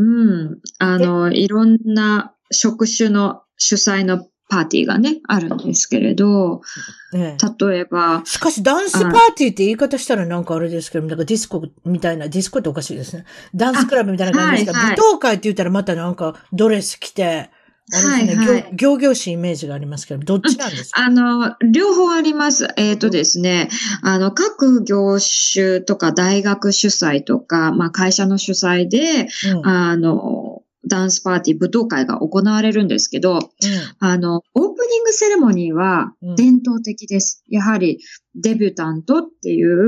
B: あの、いろんな職種の主催のパーティーがね、あるんですけれど、ね、例えば。
A: しかし、ダンスパーティーって言い方したらなんかあれですけど、なんかディスコみたいな、ディスコっておかしいですね。ダンスクラブみたいな感じですか。はいはい、舞踏会って言ったらまたなんかドレス着て、あれですね、はいはい、行々しいイメージがありますけど、どっちなんですか？
B: あの、両方あります。えっとですね、あの、各業種とか大学主催とか、まあ会社の主催で、うん、あの、ダンスパーティー、舞踏会が行われるんですけど、うん、あの、オープニングセレモニーは伝統的です。うん、やはりデビュタントっていう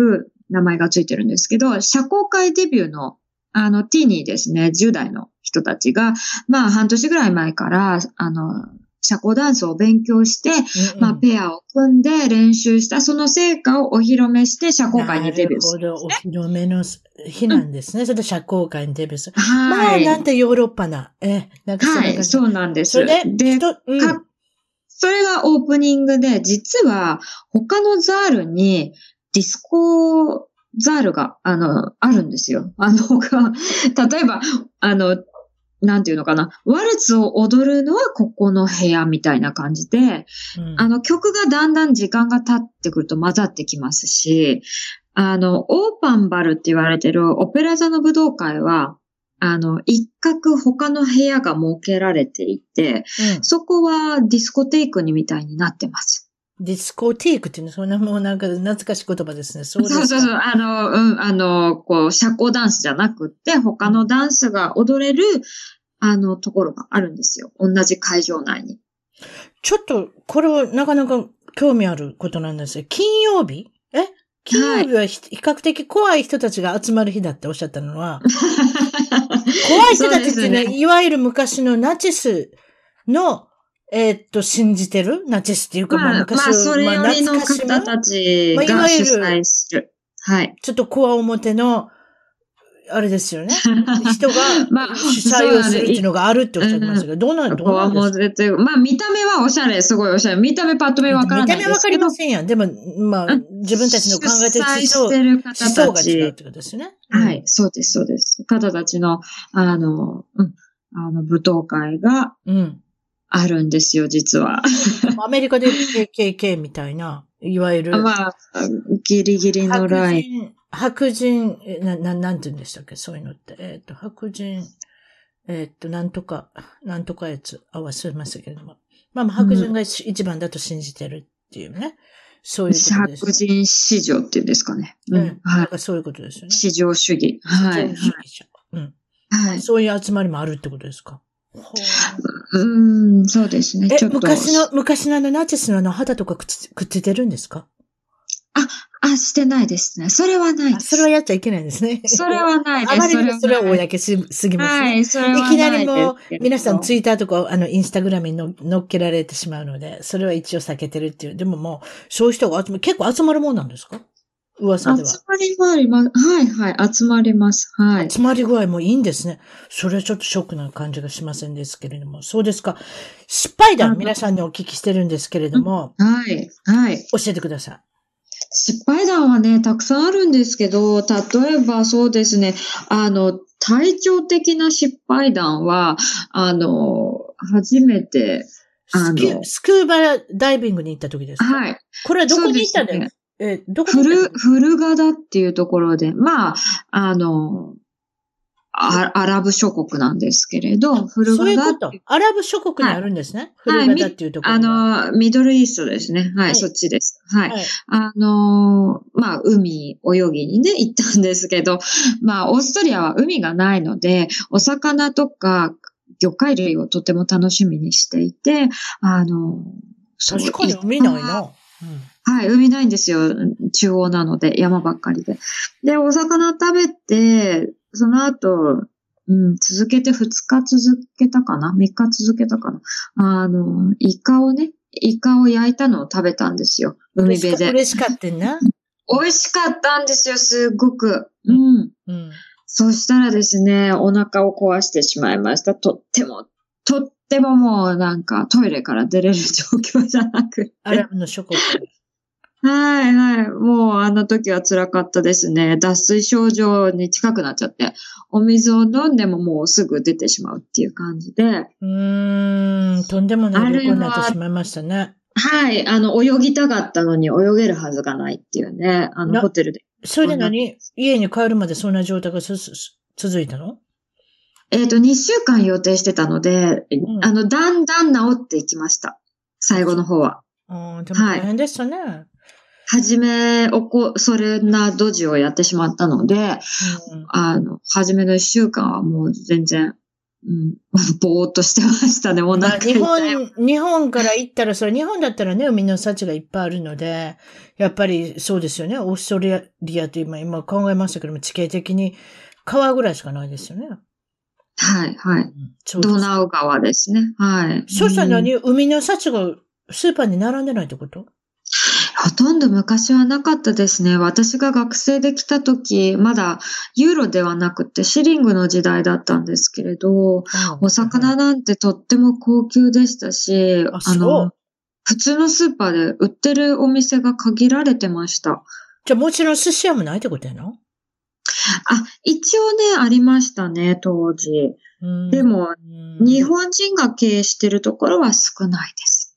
B: 名前がついてるんですけど、社交界デビューの、あの、ティーニーですね、じゅう代の人たちが、まあ、半年ぐらい前から、あの、社交ダンスを勉強して、うんうん、まあ、ペアを組んで練習した、その成果をお披露目して、社交界にデビューする、ね。
A: なるほど、お披露目の日なんですね。うん、それで社交界にデビューする。はい。まあ、なんてヨーロッパな。え、
B: なんかそはい、そうなんです。
A: それで、
B: で、うん、それがオープニングで、実は他のザールにディスコザールが、あの、あるんですよ。あの、例えば、あの、なんていうのかな。ワルツを踊るのはここの部屋みたいな感じで、うん、あの曲がだんだん時間が経ってくると混ざってきますし、あの、オーパンバルって言われてるオペラ座の武道会は、あの、一角他の部屋が設けられていて、うん、そこはディスコテイクにみたいになってます。
A: ディスコテイクっていうのは、そんなもうなんか懐かしい言葉ですね。そうですか。
B: そうそうそう。あの、うん、あの、こう、社交ダンスじゃなくって、他のダンスが踊れる、あの、ところがあるんですよ。同じ会場内に。
A: ちょっと、これはなかなか興味あることなんですよ。金曜日え金曜日は比較的怖い人たちが集まる日だっておっしゃったのは、怖い人たちってね、いわゆる昔のナチスの、えー、っと、信じてるナチスっていうか、
B: まあ、まあ、昔まあ、それよりの方たちが主催する。はい。
A: ちょっと怖表の、あれですよね。人が主催をするっていうのがあるっておっしゃってましたけど、どうなん、どうなんですか？
B: まあ、見た目はおしゃれ、すごいおしゃれ。見た目パッと目わからないですけど。
A: 見た目わかりませんやん。でも、まあ、自分たちの考えてる思想、思想が違うってことですよね。
B: はい、そうです、そうです。方たちの、あの、うん、あの、舞踏会が、うん。あるんですよ、実は。
A: アメリカで ケーケーケー みたいな、いわゆる。
B: まあ、ギリギリのライン。
A: 白人、白人、な、な、なんて言うんでしたっけ、そういうのって。えっ、ー、と、白人、えっ、ー、と、なんとか、なんとかやつ、あ、忘れましたけれども。まあ、まあ、白人が一番だと信じてるっていうね。うん、そういうことです、ね。
B: 白人市場っていうんですかね。
A: うん。うん、はい。そういうことですよね。
B: 市場主義。はい。
A: 市場主義者。うん。はい。そういう集まりもあるってことですか？
B: うーん、そうですね。
A: え、ちょっと昔の、昔のあのナチスのあの肌とかくっつ、くっついてるんですか？
B: あ、あ、してないですね。それはないです。
A: それはやっちゃいけないんですね。
B: それはないです。
A: あまりにそれは公しすぎますね。
B: はい、それはないです。
A: いきなりもう、皆さんツイッターとか、あの、インスタグラムにの乗っけられてしまうので、それは一応避けてるっていう。でももう、そういう人が集ま、結構集まるもんなんですか？噂では。
B: 集まりはあります。はいはい、集まります。はい。
A: 集まり具合もいいんですね。それはちょっとショックな感じがしませんですけれども。そうですか。失敗談、皆さんにお聞きしてるんですけれども。
B: はい、はい。
A: 教えてください。
B: 失敗談はね、たくさんあるんですけど、例えばそうですね、あの、体調的な失敗談は、あの、初めて、
A: あの、スクーバダイビングに行った時ですか？はい。これはどこに行ったんですか？え、どこ
B: フル、フルガダっていうところで、まあ、あの、アアラブ諸国なんですけれど、フルガダ。
A: そういうこと。アラブ諸国にあるんですね。はい、フルガダっていうところ、
B: はい。あの、ミドルイーストですね。はい、はい、そっちです。はい。はい、あの、まあ、海、泳ぎにね、行ったんですけど、まあ、オーストリアは海がないので、お魚とか魚介類をとても楽しみにしていて、あの、
A: 確かに海ないな。うん
B: はい、海ないんですよ。中央なので、山ばっかりで。で、お魚食べて、その後、うん、続けてふつか続けたかな ?みっ 日続けたかなあの、イカをね、イカを焼いたのを食べたんですよ。海辺で。
A: 嬉しかったな。
B: 美味しかったんですよ、すっごく。うん。うん、そしたらですね、お腹を壊してしまいました。とっても、とってももうなんかトイレから出れる状況じゃなくて。
A: アラブの諸国。
B: はいはい。もうあの時は辛かったですね。脱水症状に近くなっちゃって、お水を飲んでももうすぐ出てしまうっていう感じで。う
A: ーん、とんでもない旅行になってしまいましたね。
B: はい。あの、泳ぎたかったのに泳げるはずがないっていうね。あの、ホテルで。
A: それで何？家に帰るまでそんな状態がすす続いたの？
B: えっと、にしゅうかん予定してたので、うん、あの、だんだん治っていきました。最後の方は。
A: ああ、でも大変でしたね。はい、
B: はじめ、おこ、それなドジをやってしまったので、うん、あの、はじめのいっしゅうかんはもう全然、 うん、ぼーっとしてましたね、お腹痛い。
A: 日本、日本から行ったら、それ日本だったらね、海の幸がいっぱいあるので、やっぱりそうですよね。オーストラリアって今、今考えましたけども、地形的に川ぐらいしかないですよね。
B: はい、はい。うん、ドナウ川ですね。はい。
A: そしたら何、うん、海の幸がスーパーに並んでないってこと？
B: ほとんど昔はなかったですね。私が学生で来た時、まだユーロではなくてシリングの時代だったんですけれど、お魚なんてとっても高級でしたし、あ, あの、普通のスーパーで売ってるお店が限られてました。
A: じゃあもちろん寿司屋もないってことやな？
B: あ、一応ね、ありましたね、当時。でも、日本人が経営してるところは少ないです。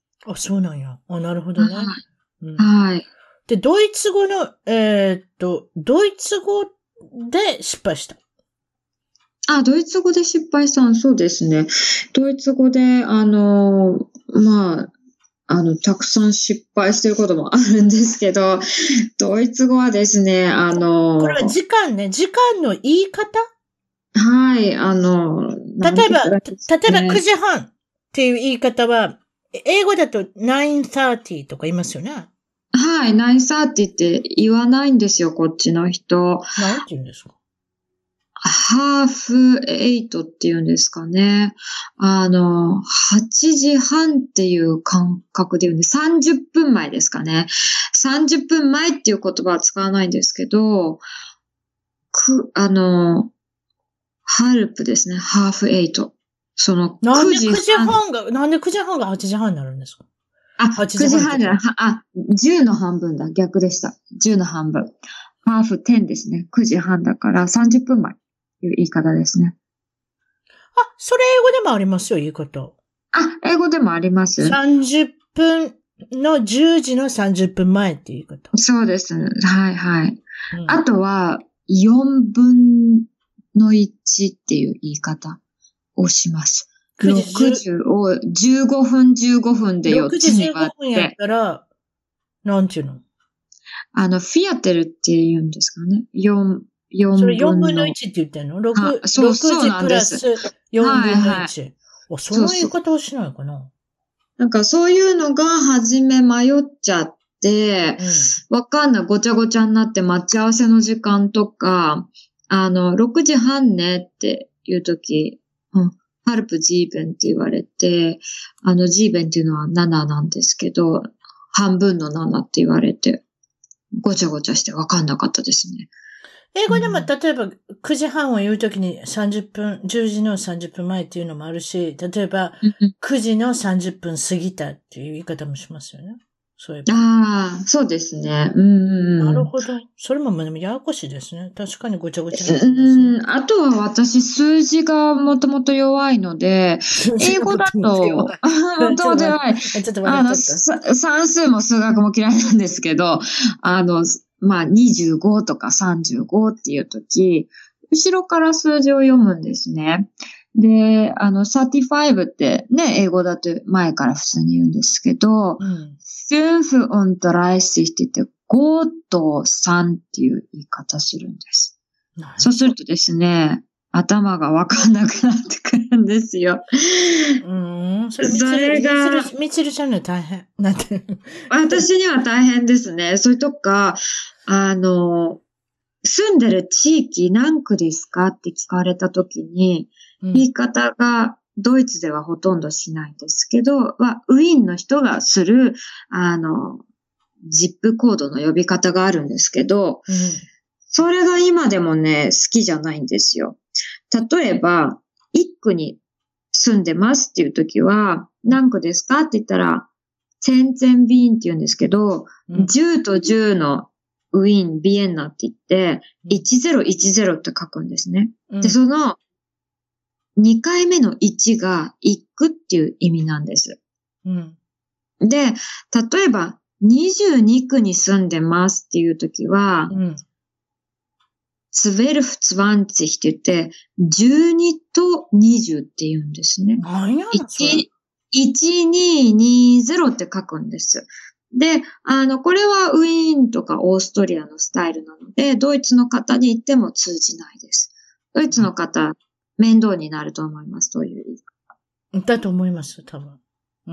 A: あ、そうなんや。あ、なるほどね。
B: うん、はい。
A: で、ドイツ語の、えー、っと、ドイツ語で失敗した。
B: あ、ドイツ語で失敗したん、そうですね。ドイツ語で、あの、まあ、あの、たくさん失敗してることもあるんですけど、ドイツ語はですね、あの、
A: これは時間ね、時間の言い方？
B: はい、あの、
A: 例えば、ね、例えばくじはんっていう言い方は、英語だときゅうさりとか言いますよね。
B: はい、きゅうさりって言わないんですよ、こっちの人。
A: なんて言うんですか？
B: ハーフエイトって言うんですかね。あの、はちじはんっていう感覚で言うんで、さんじゅっぷんまえですかね。さんじゅっぷんまえっていう言葉は使わないんですけど、く、あの、ハルプですね。ハーフエイト。その、
A: なんでくじはんが、なんでくじはんがはちじはんになるんですか？
B: あ、くじはんじゃない。あ、じゅうの半分だ。逆でした。じゅうの半分。ハーフじゅうですね。くじはんだからさんじゅっぷんまえという言い方ですね。
A: あ、それ英語でもありますよ、言い方。
B: あ、英語でもあります。
A: さんじゅっぷんのじゅうじのさんじゅっぷんまえっていう言い方。
B: そうです。はいはい。うん、あとは、よんぶんのいちっていう言い方をします。ろくじゅうをじゅうごふんじゅうごふんでよっつに割って。ろくじじゅうごふん
A: やったら、なんていうの？
B: あの、フィアテルって言うんですかね。4、4分の。
A: それよんぶんのいちって言ってんの？ ろく、
B: そう
A: ろくじプラスよんぶんのいち。はいはい、あ、その言い方をしないかな？
B: なんかそういうのが初め迷っちゃって、うん、わかんない。ごちゃごちゃになって待ち合わせの時間とか、あの、ろくじはんねっていうとき、うん、ハルプジーベンって言われて、あのジーベンっていうのはなななんですけど、半分のななって言われて、ごちゃごちゃしてわかんなかったですね。
A: 英語でも、例えばくじはんを言うときにさんじゅっぷん、じゅうじのさんじゅっぷんまえっていうのもあるし、例えばくじのさんじゅっぷん過ぎたっていう言い方もしますよね。そういえば。
B: ああ、そうですね。うん。
A: なるほど。それもややこしいですね。確かにごちゃごちゃ
B: ですね。うん。あとは私、数字がもともと弱いので、英語だと、もともと弱い。
A: ちょっと
B: あの、算数も数学も嫌いなんですけど、あの、まあ、にじゅうごとかさんじゅうごっていうとき、後ろから数字を読むんですね。で、あの、さんじゅうごってね、英語だと前から普通に言うんですけど、うん、フフオントライシって言って、ごとさんっていう言い方するんです。そうするとですね、頭がわかんなくなってくるんですよ。
A: うん、それ、それが、みちるちゃんの大変。なんて。
B: 私には大変ですね。それとか、あの、住んでる地域何区ですかって聞かれたときに、うん、言い方がドイツではほとんどしないんですけど、はウィーンの人がする、あの、ジップコードの呼び方があるんですけど、うん、それが今でもね、好きじゃないんですよ。例えば、一区に住んでますっていうときは、何区ですかって言ったら、チェンツェンビーンって言うんですけど、うん、じゅうとじゅうのウィーン、ビエンナって言って、いちぜろいちぜろって書くんですね。うん、で、そのにかいめのいちが一区っていう意味なんです。うん、で、例えばにじゅうに区に住んでますっていうときは、うん、ツベルフツワンチって言って、じゅうにとにじゅうって言うんですね。
A: 何やのそれ。
B: いちににゼロって書くんです。で、あの、これはウィーンとかオーストリアのスタイルなので、ドイツの方に言っても通じないです。ドイツの方、 面倒になると思います、という言い
A: 方。だと思います、多分。
B: うん、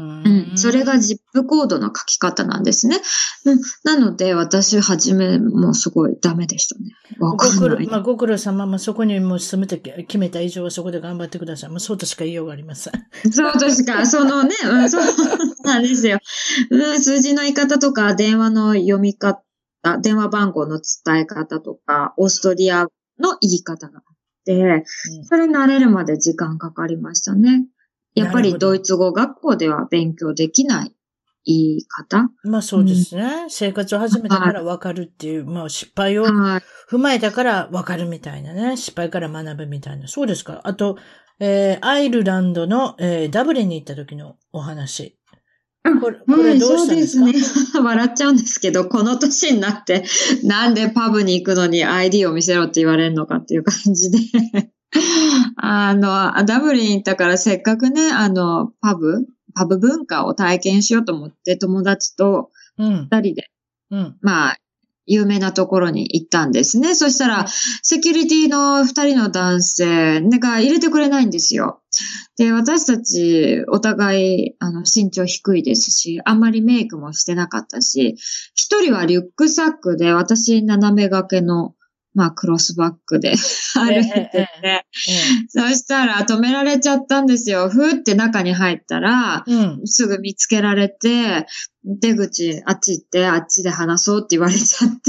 B: それが ジップ コードの書き方なんですね。うん、なので、私、はじめもすごいダメでしたね。わかんない。
A: まあ、ご苦労様、まあ、そこにもう住むと決めた以上はそこで頑張ってください。もうそうとしか言いようがありません。
B: そうとしか、そのね、うん、そうなんですよ。うん、数字の言い方とか、電話の読み方、電話番号の伝え方とか、オーストリアの言い方があって、うん、それ慣れるまで時間かかりましたね。やっぱりドイツ語学校では勉強できない言い方。
A: まあそうですね。うん、生活を始めたから分かるっていう、まあ失敗を踏まえたから分かるみたいなね。失敗から学ぶみたいな。そうですか。あと、えー、アイルランドの、えー、ダブリンに行った時のお話。
B: これ、これどうしたんですか？そうですね。笑っちゃうんですけど、この年になって、なんでパブに行くのに アイディー を見せろって言われるのかっていう感じで。あの、ダブリン行ったからせっかくね、あの、パブ、パブ文化を体験しようと思って友達と二人で、うんうん、まあ、有名なところに行ったんですね。そしたら、セキュリティの二人の男性が入れてくれないんですよ。で、私たちお互い、あの、身長低いですし、あんまりメイクもしてなかったし、一人はリュックサックで、私斜め掛けの、まあ、クロスバックで歩いてて、ええええ、そしたら止められちゃったんですよ。ふーって中に入ったら、うん、すぐ見つけられて、出口あっち行って、あっちで話そうって言われちゃって。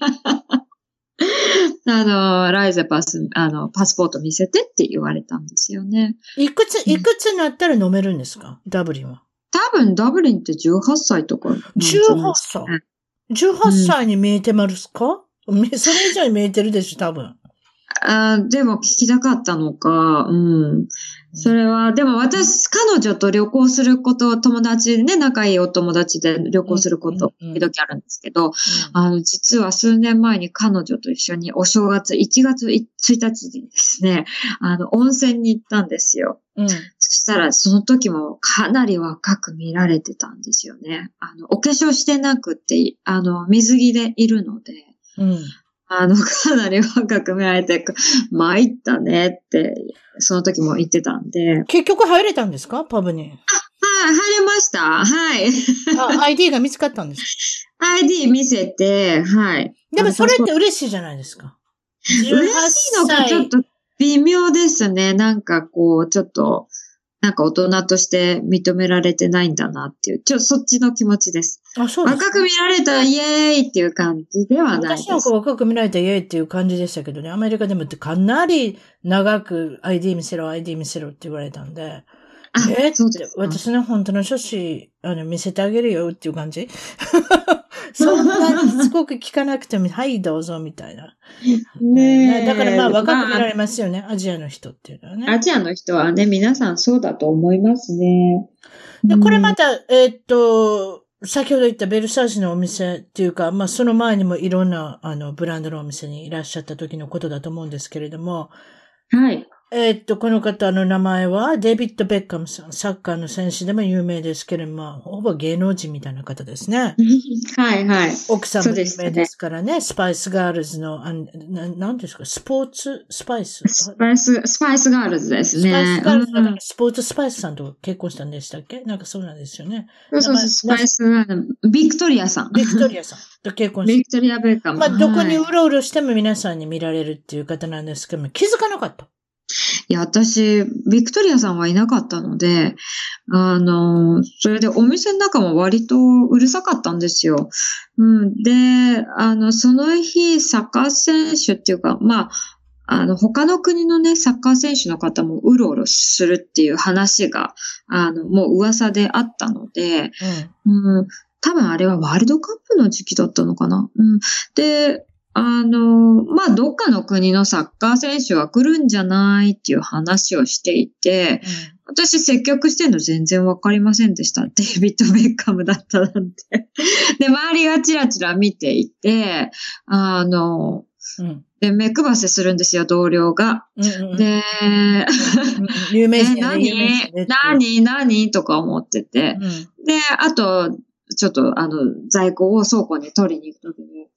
B: あの、ライゼパス、あの、パスポート見せてって言われたんですよね。
A: いくつ、いくつになったら飲めるんですか？ダブリンは。
B: 多分ダブリンってじゅうはっさいとか、ね。
A: じゅうはっさい ?じゅうはっさいに見えてますか？うん、それ以上に見えてるでしょ、多分。
B: あでも聞きたかったのか、うん。それは、でも私、彼女と旅行すること、友達ね、仲いいお友達で旅行すること、時々あるんですけど、うんうん、あの、実は数年前に彼女と一緒にお正月、いちがつついたちにですね、あの、温泉に行ったんですよ。うん、そしたら、その時もかなり若く見られてたんですよね。あの、お化粧してなくて、あの、水着でいるので、うんあの、かなり若く見られて、参ったねって、その時も言ってたんで。
A: 結局入れたんですか？パブに。
B: あ、はい、入れました。はい。
A: あ、アイディー が見つかったんです
B: か？アイディー 見せて、はい。
A: でもそれって嬉しいじゃないですか。
B: 嬉しいのかちょっと微妙ですね。なんかこう、ちょっと、なんか大人として認められてないんだなっていう、ちょっとそっちの気持ちです。あ、そうです。若く見られたイエーイっていう感じではないです。
A: 私なんか若く見られたイエーイっていう感じでしたけどね、アメリカでもってかなり長く アイディー 見せろ、アイディー 見せろって言われたんで、あえー、そうです。私の本当の写真、あの、見せてあげるよっていう感じそんなにしつこく聞かなくても、はい、どうぞ、みたいな。ねえ。だからまあ、若く見られますよね、まあ、アジアの人っていうのはね。
B: アジアの人はね、皆さんそうだと思いますね。
A: で、これまた、えー、っと、先ほど言ったベルサージのお店っていうか、まあ、その前にもいろんな、あの、ブランドのお店にいらっしゃった時のことだと思うんですけれども、
B: はい。
A: えー、っと、この方の名前は、デイビッド・ベッカムさん。サッカーの選手でも有名ですけれども、まあ、ほぼ芸能人みたいな方ですね。
B: はいはい。
A: 奥さんも有名ですからね。ねスパイスガールズの、あななんですか、スポーツスパイス
B: スパイス、スパイスガールズですね。
A: スパイスガールズだから、スポーツスパイスさんと結婚したんでしたっけ？なんかそうなんですよね。
B: そうそうそう、スパイスガールズ。ビクトリアさん。
A: ビクトリアさんと結婚して。
B: ビクトリア・ベッカム。
A: まあ、どこにうろうろしても皆さんに見られるっていう方なんですけども、気づかなかった。
B: いや、私、ビクトリアさんはいなかったので、あの、それでお店の中も割とうるさかったんですよ。うん、で、あの、その日、サッカー選手っていうか、まあ、あの、他の国のね、サッカー選手の方もうろうろするっていう話が、あの、もう噂であったので、うんうん、多分あれはワールドカップの時期だったのかな。うん、で、あの、まあ、どっかの国のサッカー選手が来るんじゃないっていう話をしていて、うん、私接客してるの全然わかりませんでした。デイビッド・ベッカムだったなんて。で、周りがチラチラ見ていて、あの、うん、で、目配せするんですよ、同僚が。うんうん、で、
A: 有名人、ね、
B: 何何何とか思ってて。うん、で、あと、ちょっと、あの、在庫を倉庫に取りに行くときに、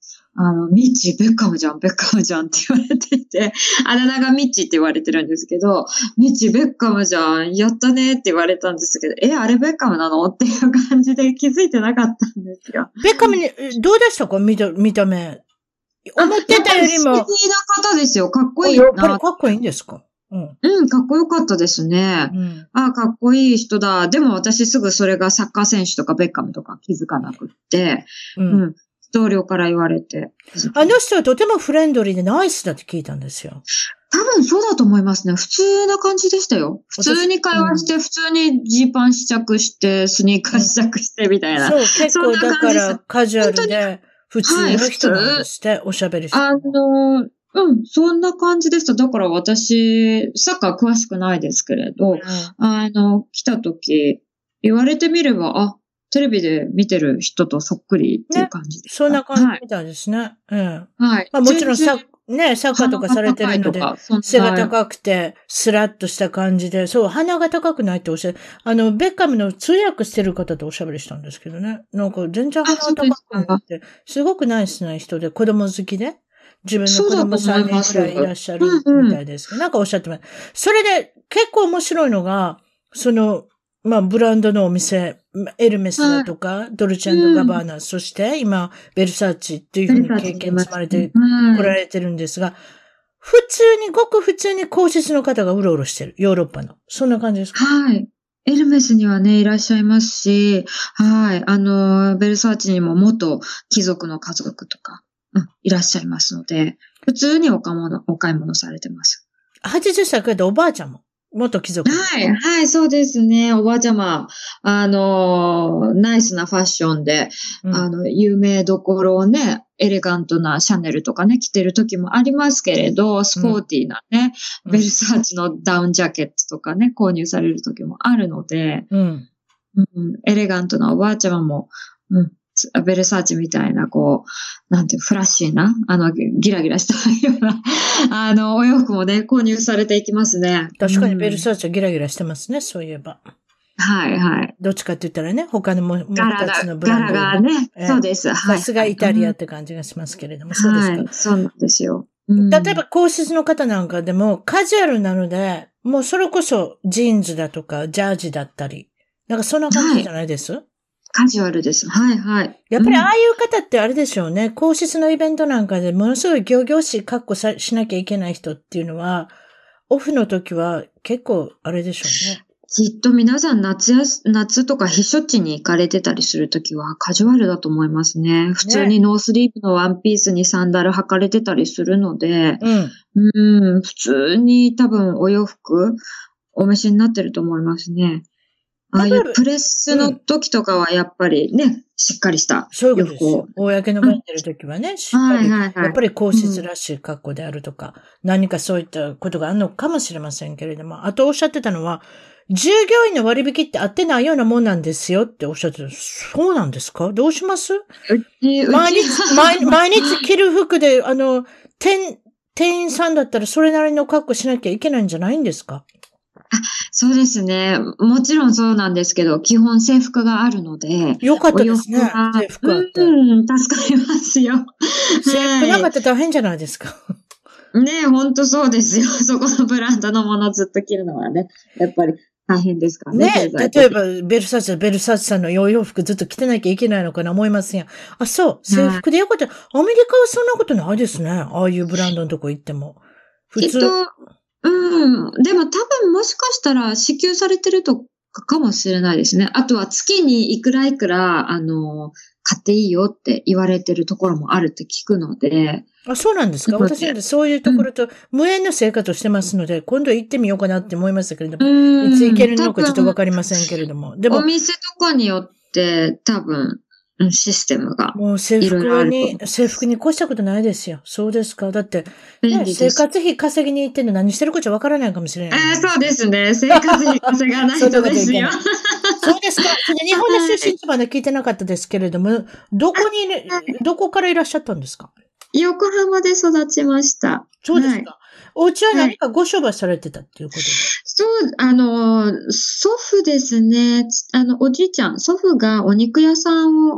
B: あの、ミッチー、ベッカムじゃん、ベッカムじゃんって言われていて、あだ名がミッチーって言われてるんですけど、ミッチー、ベッカムじゃん、やったねって言われたんですけど、え、あれベッカムなのっていう感じで気づいてなかったんですよ。
A: ベッカムに、どうでしたか見た、見た目。思ってたよりも。
B: 素敵な方ですよ。かっこいいな。
A: やっぱりかっこいいんですか？
B: うん、うん、かっこよかったですね。うん、あ、かっこいい人だ。でも私すぐそれがサッカー選手とかベッカムとか気づかなくって、うん、うん、同僚から言われて。
A: あの人はとてもフレンドリーでナイスだって聞いたんですよ。
B: 多分そうだと思いますね。普通な感じでしたよ。普通に会話して、普通にジーパン試着して、スニーカー試着してみたいな。
A: そう、結構だからカジュアルで普通の人なんですって、はい、おしゃべりして。
B: あの、うん、そんな感じでした。だから私、サッカー詳しくないですけれど、うん、あの、来た時、言われてみれば、あ、テレビで見てる人とそっくりっていう感じで、
A: ね。そんな感じみたいですね。はい、うん。はい。まあ、もちろんサッね、サッカーとかされてるので、背が高くて、スラッとした感じで、そう、鼻が高くないっておっしゃる。あの、ベッカムの通訳してる方とおしゃべりしたんですけどね。なんか全然鼻が高くなくて、すごくナイスな人で、子供好きで、自分の子供さんにんくらいいらっしゃるみたいですけど、なんかおっしゃってます。それで結構面白いのが、その、まあ、ブランドのお店、エルメスだとか、はい、ドルチェ&ガバーナ、うん、そして今、ベルサーチっていうふうに経験積まれて来られてるんですが、普通に、ごく普通に皇室の方がうろうろしてる。ヨーロッパの。そんな感じですか？
B: はい。エルメスにはね、いらっしゃいますし、はい。あの、ベルサーチにも元貴族の家族とか、うん、いらっしゃいますので、普通にお買い物、お買い物されてます。
A: はちじゅっさいくらいでおばあちゃんも。元貴族。
B: はい、はい、そうですね。おばあちゃま、あの、ナイスなファッションで、うん、あの、有名どころをね、エレガントなシャネルとかね、着てる時もありますけれど、スポーティーなね、うん、ベルサーチのダウンジャケットとかね、購入される時もあるので、うんうん、エレガントなおばあちゃまも、うん、ベルサーチみたいな、こう、なんていう、フラッシーな、あの、ギラギラしたような、あの、お洋服もね、購入されていきますね。
A: 確かにベルサーチはギラギラしてますね、そういえば。
B: はいはい。
A: どっちかって言ったらね、他のもう二つのブ
B: ランド。
A: 柄
B: がね、えー、そうです。
A: はい。さすがイタリアって感じがしますけれども、うん、そうですか。はい、
B: そうなんですよ。
A: うん、例えば皇室の方なんかでもカジュアルなので、もうそれこそジーンズだとかジャージだったり、なんかそんな感じじゃないです？はい、
B: カジュアルです。はいはい。
A: やっぱりああいう方ってあれでしょうね。うん、皇室のイベントなんかでものすごい仰々しい格好さしなきゃいけない人っていうのは、オフの時は結構あれでしょうね。
B: きっと皆さん夏やす、夏とか避暑地に行かれてたりするときはカジュアルだと思いますね。普通にノースリーブのワンピースにサンダル履かれてたりするので、うん、うん普通に多分お洋服お召しになってると思いますね。ああいうプレスの時とかはやっぱりね、うん、しっかりした
A: 洋服を。そういうことですよ。公の場に出る時はね、うん、しっかり、はいはいはい、やっぱり皇室らしい格好であるとか、うん、何かそういったことがあるのかもしれませんけれども、あとおっしゃってたのは、従業員の割引って合ってないようなもんなんですよっておっしゃってた。そうなんですか？どうします？毎日、毎、毎日着る服で、あの、店、店員さんだったらそれなりの格好しなきゃいけないんじゃないんですか？
B: あ、そうですね。もちろんそうなんですけど、基本制服があるので。
A: よかったですね。制服あって。
B: うん、助かりますよ。
A: 制服なかったら大変じゃないですか。
B: ねえ、ほんとそうですよ。そこのブランドのものをずっと着るのはね、やっぱり大変ですからね。
A: ねえ、例えば、ベルサーチはベルサーチさんの洋服ずっと着てなきゃいけないのかな思いますやん。あ、そう、制服でよかった。アメリカはそんなことないですね。ああいうブランドのとこ行っても。普通。
B: きっと、うん。でも多分もしかしたら支給されてるとかもしれないですね。あとは月にいくらいくら、あの、買っていいよって言われてるところもあるって聞くので。
A: あ、そうなんですか？私なんてそういうところと無縁の生活をしてますので、うん、今度行ってみようかなって思いましたけれども、いつ行けるのかちょっとわかりませんけれども。
B: でも。お店とかによって多分、システムが。
A: もう制服に、制服に越したことないですよ。そうですか。だって、ね、生活費稼ぎに行ってんの何してるかじゃわからないかもしれない。
B: えー、そうですね。生活費稼がないとですよ。
A: そうですか。日本の出身地まで聞いてなかったですけれども、どこに、ね、どこからいらっしゃったんですか？
B: 横浜で育ちました。
A: そうですか。はい、お家は何かご商売されてたっていうことで、はい、
B: そう、あの、祖父ですね。あの、おじいちゃん、祖父がお肉屋さんを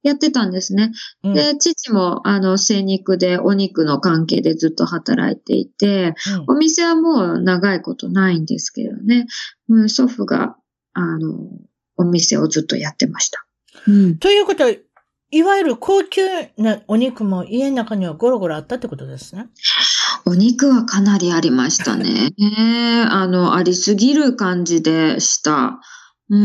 B: やってたんですね。うん、で、父も、あの、精肉でお肉の関係でずっと働いていて、うん、お店はもう長いことないんですけどね。うん、祖父が、あの、お店をずっとやってました。
A: うん、ということは、いわゆる高級なお肉も家の中にはゴロゴロあったってことですね。
B: お肉はかなりありましたね。あの、ありすぎる感じでした。うん、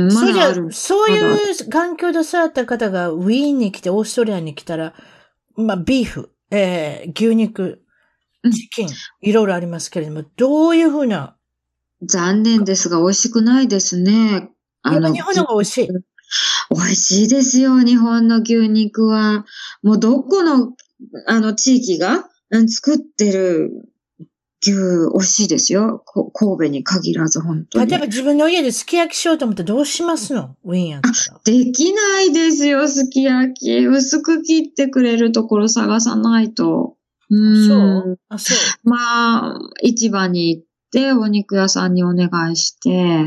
B: まだある。
A: そういう環境で育った方がウィーンに来て、オーストリアに来たら、まあ、ビーフ、えー、牛肉、チキン、うん、いろいろありますけれども、どういうふうな。
B: 残念ですが、美味しくないですね。
A: あの、日本の方が美味しい。
B: 美味しいですよ、日本の牛肉は。もうどこの、あの、地域が作ってる牛、美味しいですよ。神戸に限らず、本当に。
A: 例えば自分の家ですき焼きしようと思ってどうしますの？ウィーンやったら。
B: できないですよ、すき焼き。薄く切ってくれるところ探さないと。うん。
A: そうあ、そう。
B: まあ、市場に行って、お肉屋さんにお願いして、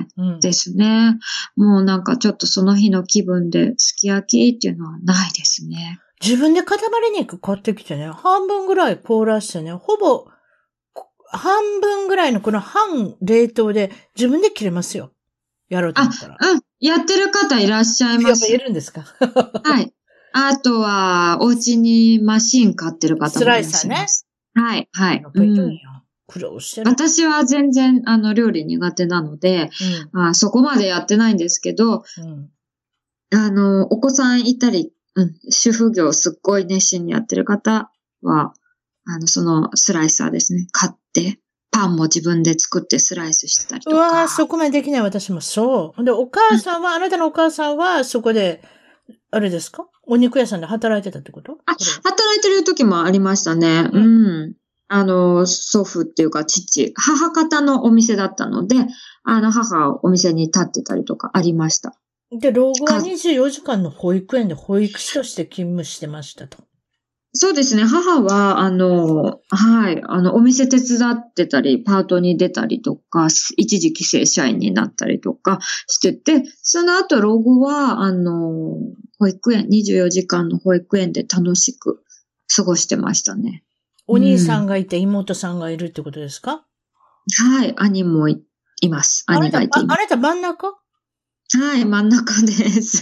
B: ですね、うん。もうなんかちょっとその日の気分ですき焼きっていうのはないですね。
A: 自分で塊肉買ってきてね、半分ぐらい凍らしてね、ほぼ、半分ぐらいのこの半冷凍で自分で切れますよ。やろうと思ったら。
B: あ、うん。やってる方いらっしゃいます。
A: やっぱいるんですか？
B: はい。あとは、お家にマシン買ってる方もいらっしゃいます。
A: スライサーね。
B: はい、はい。
A: やっぱいるんや。苦労してる。
B: 私は全然、あの、料理苦手なので、うん、あそこまでやってないんですけど、うん、あの、お子さんいたり、うん、主婦業すっごい熱心にやってる方は、あの、そのスライサーですね、買って、パンも自分で作ってスライスしてたりとか。
A: うわぁ、そこまでできない私もそう。で、お母さんは、あなたのお母さんは、そこで、あれですか？お肉屋さんで働いてたってこと？
B: あ、働いてる時もありましたね。うん。うん、あの、祖父っていうか父、母方のお店だったので、あの、母はお店に立ってたりとかありました。
A: で、老後はにじゅうよじかんの保育園で保育士として勤務してましたと。
B: そうですね。母は、あの、はい、あの、お店手伝ってたり、パートに出たりとか、一時期正社員になったりとかしてて、その後、老後は、あの、保育園、にじゅうよじかんの保育園で楽しく過ごしてましたね。
A: お兄さんがいて、妹さんがいるってことですか？
B: はい、兄も い, います。兄がいています。
A: あなた真ん中？
B: はい、真ん中です。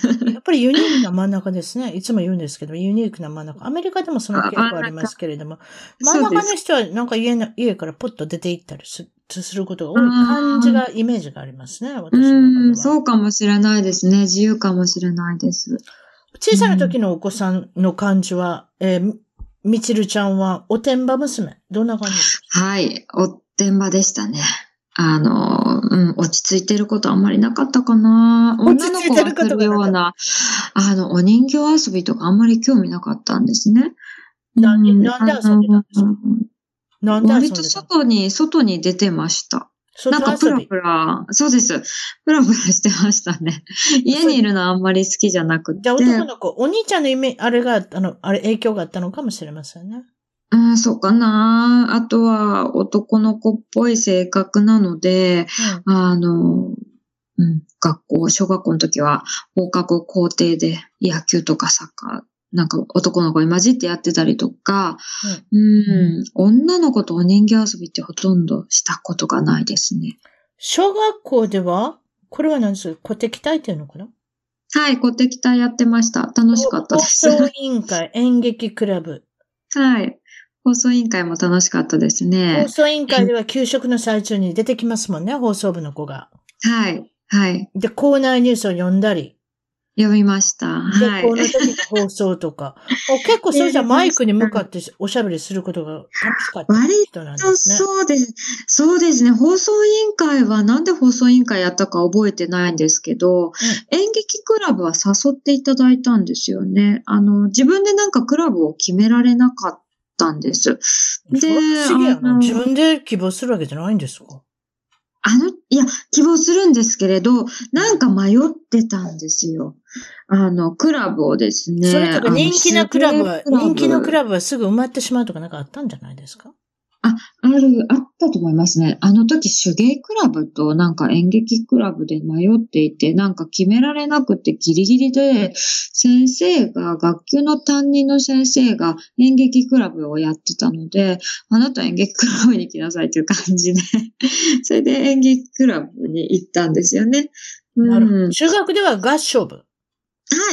A: やっぱりユニークな真ん中ですね。いつも言うんですけど、ユニークな真ん中。アメリカでもその傾向ありますけれども、真ん中の人はなんか家の、家からポッと出て行ったりすることが多い感じが、イメージがありますね、私の中では。
B: うん、そうかもしれないですね。自由かもしれないです。
A: 小さな時のお子さんの感じは、えー、みちるちゃんはおてんば娘。どんな感じです
B: か？はい、おてんばでしたね。あの、うん、落ち着いてることあんまりなかったかな。女の子がするような、あの、お人形遊びとかあんまり興味なかったんですね。
A: な、うん、なんで遊んでたんですか？
B: なんで遊んでたんですか？割と外に、外に出てました。なんかプラプラ、そうです。プラプラしてましたね。家にいるのはあんまり好きじゃなくて。
A: じゃあ男の子、お兄ちゃんのイメあれが、あの、あれ影響があったのかもしれませんね。
B: うん、そうかな。あとは男の子っぽい性格なので、うん、あの、うん、学校、小学校の時は放課後校庭で野球とかサッカー、なんか男の子に混じってやってたりとか、うん、うん、女の子とお人形遊びってほとんどしたことがないですね。
A: 小学校ではこれは何ですか？鼓笛隊っていうのかな？
B: はい、鼓笛隊やってました。楽しかったです。
A: 放送委員会、演劇クラブ。
B: はい。放送委員会も楽しかったですね。
A: 放送委員会では給食の最中に出てきますもんね、放送部の子が。
B: はい、はい。
A: で、校内ニュースを読んだり。
B: 読みました。はい。
A: この時の放送とか。結構そうじゃマイクに向かっておしゃべりすることが楽しかった人なんですね。
B: 割とそうです。そうですね。放送委員会はなんで放送委員会やったか覚えてないんですけど、うん、演劇クラブは誘っていただいたんですよね。あの、自分でなんかクラブを決められなかったんです。
A: で、不思議やな。自分で希望するわけじゃないんですか？
B: あの、いや、希望するんですけれど、なんか迷ってたんですよ。あの、クラブをですね。
A: それとか人気なクラブは、人気のクラブはすぐ埋まってしまうとかなんかあったんじゃないですか？
B: あ、ある、あったと思いますね。あの時手芸クラブとなんか演劇クラブで迷っていて、なんか決められなくてギリギリで、先生が、学級の担任の先生が演劇クラブをやってたので、あなた演劇クラブに来なさいという感じで、それで演劇クラブに行ったんですよね。
A: うん、なるほど。中学では合唱部。
B: はい、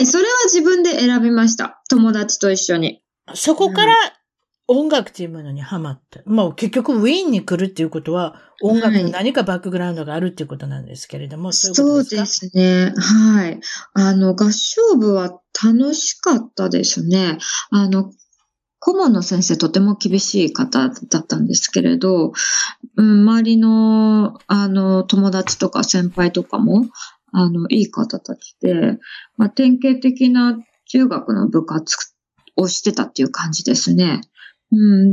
B: それは自分で選びました。友達と一緒に。
A: そこから、音楽っていうものにハマった。もう結局ウィーンに来るっていうことは、音楽の何かバックグラウンドがあるっていうことなんですけれども、はい、そういうことですか？
B: そうですね。はい。あの、合唱部は楽しかったですね。あの、顧問の先生とても厳しい方だったんですけれど、うん、周りの、あの、友達とか先輩とかも、あの、いい方たちで、まあ、典型的な中学の部活をしてたっていう感じですね。うん。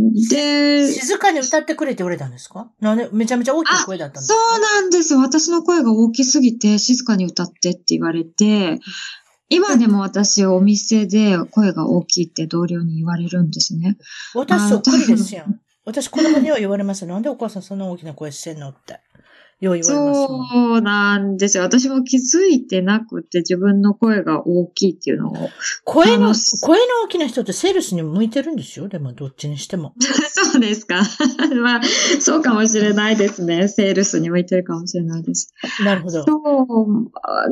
B: で、
A: 静かに歌ってくれって言われたんですか？なんで、めちゃめちゃ大きい声だったんですか？
B: そうなんです。私の声が大きすぎて、静かに歌ってって言われて、今でも私、お店で声が大きいって同僚に言われるんですね。
A: 私そっくりですよ。私、子供には言われます。なんでお母さんそんな大きな声してんのって。よう言われますもん。
B: そうなんですよ。私も気づいてなくて、自分の声が大きいっていうのを。
A: 声の、声の大きな人ってセールスに向いてるんですよ。でも、どっちにしても。
B: そうですか。まあ、そうかもしれないですね。セールスに向いてるかもしれないです。
A: なるほど。
B: そう。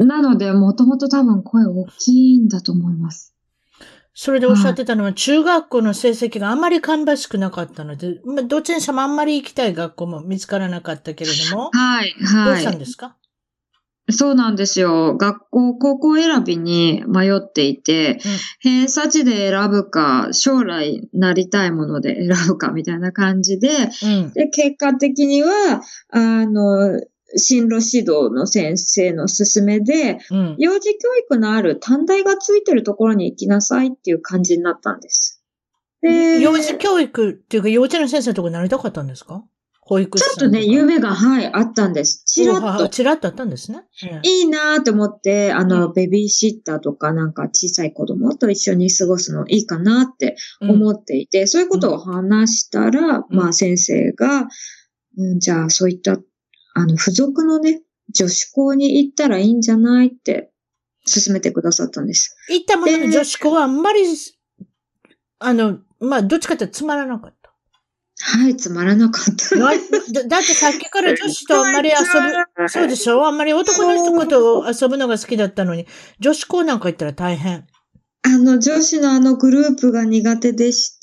B: なので、もともと多分声大きいんだと思います。
A: それでおっしゃってたのは、中学校の成績があんまり芳しくなかったので、まあ、どっちにしてもあんまり行きたい学校も見つからなかったけれども。
B: はい、はい。
A: どうしたんですか？
B: そうなんですよ。学校、高校選びに迷っていて、うん、偏差値で選ぶか、将来なりたいもので選ぶかみたいな感じで、うん、で、結果的には、あの、進路指導の先生の勧めで、うん、幼児教育のある短大がついてるところに行きなさいっていう感じになったんです。
A: で、幼児教育っていうか幼稚園の先生のところになりたかったんですか？保育士さんとか。
B: ちょっとね、夢が、はい、あったんです。チラッと。
A: チラッとあったんですね。
B: うん、いいなーと思って、あの、うん、ベビーシッターとかなんか小さい子供と一緒に過ごすのいいかなって思っていて、うん、そういうことを話したら、うん、まあ先生が、うん、じゃあそういったあの、付属のね、女子校に行ったらいいんじゃないって勧めてくださったんです。
A: 行ったものの女子校はあんまり、あの、まあ、どっちかってつまらなかった。
B: はい、つまらなかった。
A: だ, だってさっきから女子とあんまり遊ぶ、そうでしょ？あんまり男の人と遊ぶのが好きだったのに、女子校なんか行ったら大変。
B: あの、女子のあのグループが苦手でして、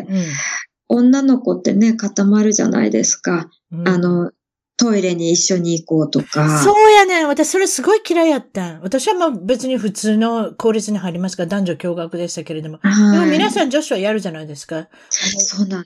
B: うん、女の子ってね、固まるじゃないですか。うん、あの、トイレに一緒に行こうとか。
A: そうやねん。私それすごい嫌いやったん。私はまあ別に普通の公立に入りますから男女共学でしたけれども。はい、でも皆さん女子はやるじゃないですか。
B: そうなんです。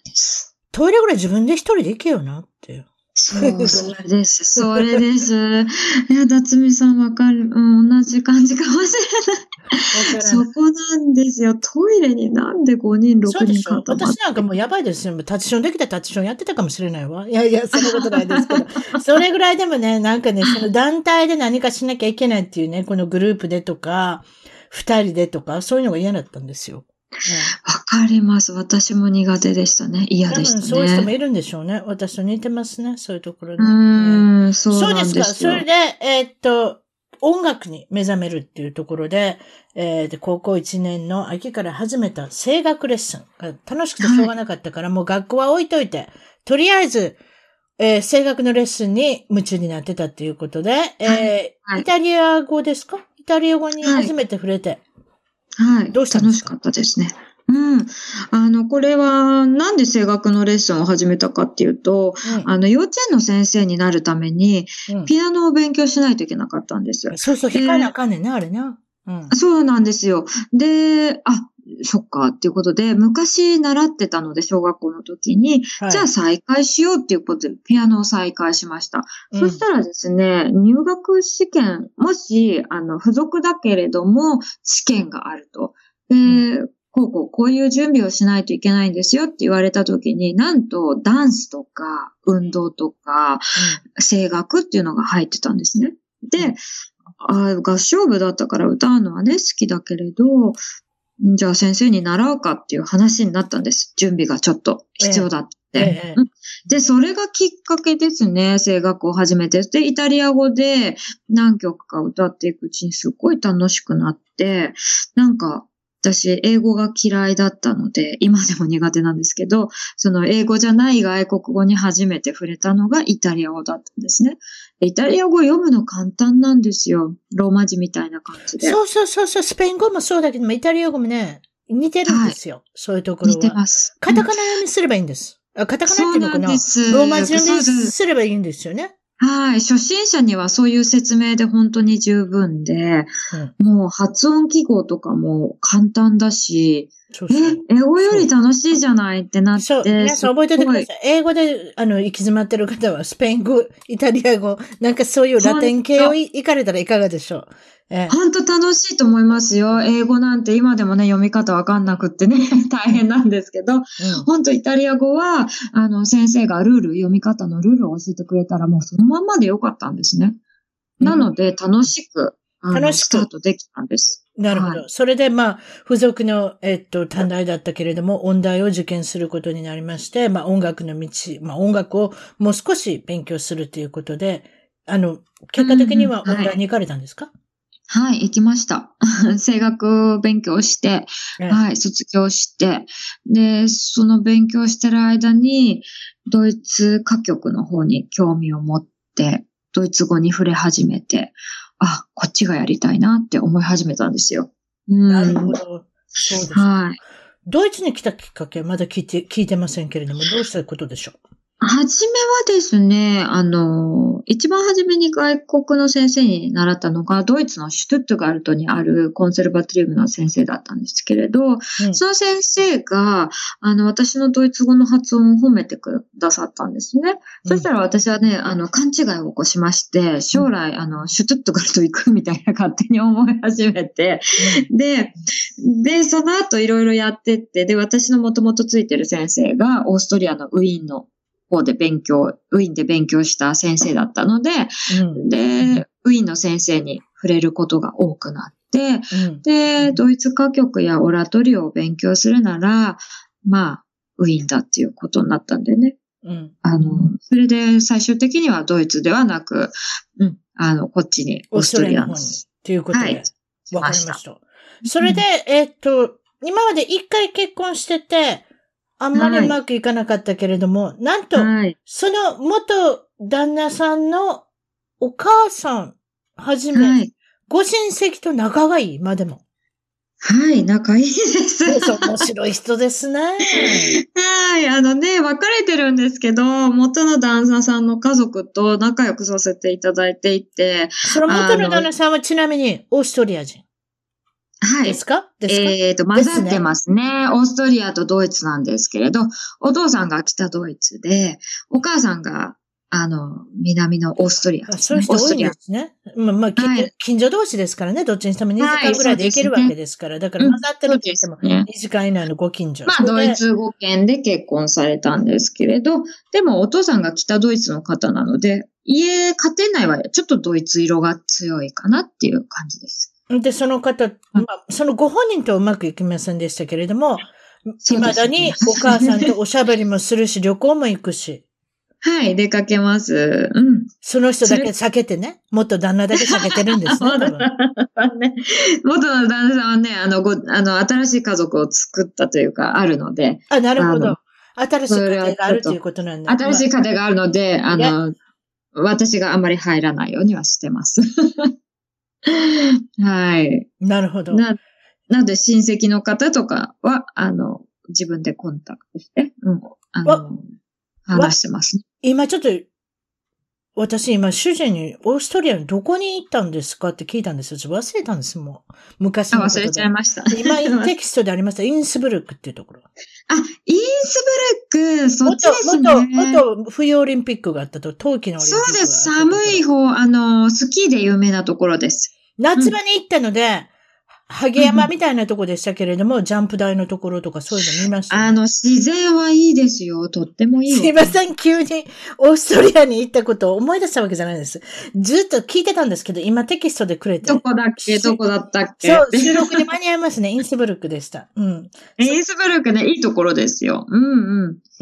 A: トイレぐらい自分で一人で行けよなって。
B: そう、それです。それです。いや、辰巳さんわかる、うん、同じ感じかもしれない。そこなんですよ。トイレになんでごにん、ろくにん固まって。
A: 私なんかもうやばいですよ。タッチションできたタッチションやってたかもしれないわ。いやいや、そんなことないですけど。それぐらいでもね、なんかね、その団体で何かしなきゃいけないっていうね、このグループでとか、二人でとか、そういうのが嫌だったんですよ。
B: わ、かります。私も苦手でしたね。嫌でしたね。
A: そういう人もいるんでしょうね。私と似てますね。そういうところね。
B: うーん、そうなんですよ。
A: そうですか。それで、えー、っと、音楽に目覚めるっていうところで、えー、で高校いちねんの秋から始めた声楽レッスンが楽しくてしょうがなかったから、はい、もう学校は置いといて、とりあえず、えー、声楽のレッスンに夢中になってたっていうことで、えーはい、イタリア語ですか？イタリア語に初めて触れて。
B: はい。
A: どうしたんですか？
B: 楽しかったですね。うん。あの、これは、なんで声楽のレッスンを始めたかっていうと、うん、あの、幼稚園の先生になるために、ピアノを勉強しないといけなかったんですよ。うん、
A: そうそう、弾かなあかんねんな、あれな。
B: うん、そうなんですよ。で、あ、そっか、っていうことで、昔習ってたので、小学校の時に、はい、じゃあ再開しようっていうことで、ピアノを再開しました。うん、そしたらですね、入学試験、もし、あの、付属だけれども、試験があると。で、うんこうこう、こういう準備をしないといけないんですよって言われたときに、なんとダンスとか運動とか、うん、声楽っていうのが入ってたんですね。で、あ、合唱部だったから歌うのはね、好きだけれど、じゃあ先生に習うかっていう話になったんです。準備がちょっと必要だってて。ええ、で、それがきっかけですね。声楽を始めて。で、イタリア語で何曲か歌っていくうちにすごい楽しくなって、なんか、私、英語が嫌いだったので、今でも苦手なんですけど、その英語じゃない外国語に初めて触れたのがイタリア語だったんですね。イタリア語読むの簡単なんですよ。ローマ字みたいな感じで。
A: そうそうそうそう、スペイン語もそうだけども、イタリア語もね、似てるんですよ。はい、そういうところは。
B: 似てます。
A: カタカナ読みすればいいんです。あ、カタカナっていうのかな？ローマ字読みすればいいんですよね。
B: はい。初心者にはそういう説明で本当に十分で、うん、もう発音記号とかも簡単だし、そうそうえ、英語より楽しいじゃないってなって。
A: そう、皆さん覚えておいてください。英語で、あの、行き詰まってる方は、スペイン語、イタリア語、なんかそういうラテン系を行かれたらいかがでしょう。
B: ええ、本当楽しいと思いますよ。英語なんて今でもね、読み方わかんなくってね、大変なんですけど、うん、本当イタリア語は、あの、先生がルール、読み方のルールを教えてくれたらもうそのまんまでよかったんですね。うん、なので、楽しく、楽しくスタートできたんです。
A: なるほど。はい、それで、まあ、付属の、えっと、短大だったけれども、音大を受験することになりまして、まあ、音楽の道、まあ、音楽をもう少し勉強するということで、あの、結果的には音大に行かれたんですか？
B: うん、はい、はい、行きました。声楽勉強して、はい、はい、卒業して、で、その勉強してる間に、ドイツ歌曲の方に興味を持って、ドイツ語に触れ始めて、あ、こっちがやりたいなって思い始めたんですよ。
A: うん、なるほど。そうです。はい。ドイツに来たきっかけはまだ聞いて、聞いてませんけれども、どうしたことでしょう？
B: はじめはですね、あの、一番初めに外国の先生に習ったのが、ドイツのシュトゥットガルトにあるコンセルバトリウムの先生だったんですけれど、うん、その先生が、あの、私のドイツ語の発音を褒めてくださったんですね。うん、そしたら私はね、あの、勘違いを起こしまして、将来、あの、シュトゥットガルト行くみたいな勝手に思い始めて、うん、で、で、その後いろいろやってって、で、私の元々ついてる先生が、オーストリアのウィーンの方で勉強、ウィーンで勉強した先生だったので、うん、で、ウィーンの先生に触れることが多くなって、うん、で、ドイツ歌曲やオラトリオを勉強するなら、まあ、ウィーンだっていうことになったんでね。うん、あの、それで最終的にはドイツではなく、うん、あの、こっちに、
A: オーストリアの方に。ということで。はい。わかりました。それで、うん、えー、っと、今まで一回結婚してて、あんまりうまくいかなかったけれども、はい、なんと、はい、その元旦那さんのお母さんはじめ、はい、ご親戚と仲がいい、今でも。
B: はい、仲いいです。
A: そう、面白い人ですね。
B: はい、あのね、別れてるんですけど、元の旦那さんの家族と仲良くさせていただいていて。
A: その元の旦那さんはちなみにオーストリア人。
B: はい。
A: ですかですか
B: えっ、ー、と、混ざってますね。すね。オーストリアとドイツなんですけれど、お父さんが北ドイツで、お母さんが、あの、南のオーストリアです
A: ね。そういう人多いんですね。まあ、まあ、はい、近所同士ですからね。どっちにしてもにじかんぐらいで行けるわけですから。はい、だから混ざってるって言ってもにじかん以内のご近所。
B: まあ、ドイツ語圏で結婚されたんですけれど、でもお父さんが北ドイツの方なので、家、家庭内はちょっとドイツ色が強いかなっていう感じです。
A: で、その方、まあ、そのご本人とはうまくいきませんでしたけれども、未だにお母さんとおしゃべりもするし、旅行も行くし。
B: はい、出かけます。うん。
A: その人だけ避けてね、元旦那だけ避けてるんですね。
B: 元の旦那さんはね、あの、ご、あの、新しい家族を作ったというか、あるので。
A: あ、なるほど。新しい家庭があるということなんだ。
B: 新しい家庭があるので、あの、私があんまり入らないようにはしてます。はい。
A: なるほど。
B: な、なので親戚の方とかは、あの、自分でコンタクトして、うん、あの、話してますね。
A: 今ちょっと、私今主人にオーストリアのどこに行ったんですかって聞いたんですよ。ちょっと忘れたんです、もう。昔のことで。
B: 忘れちゃいました。
A: 今テキストでありました、インスブルクっていうところ。
B: あ、インスブルク、そっちですね。
A: 元、元、元冬オリンピックがあったと、冬季のオリンピックがあったと。
B: そうです。寒い方、あの、スキーで有名なところです。
A: 夏場に行ったので、うん萩山みたいなとこでしたけれども、うん、ジャンプ台のところとかそういうの見ました、ね。
B: あの、自然はいいですよ。とってもいいよ。
A: すいません、急にオーストリアに行ったことを思い出したわけじゃないです。ずっと聞いてたんですけど、今テキストでくれて。
B: どこだっけどこだったっけ
A: そう、収録に間に合いますね。インスブルクでした。うん。
B: インスブルクね、いいところですよ。うんうん。
A: うん。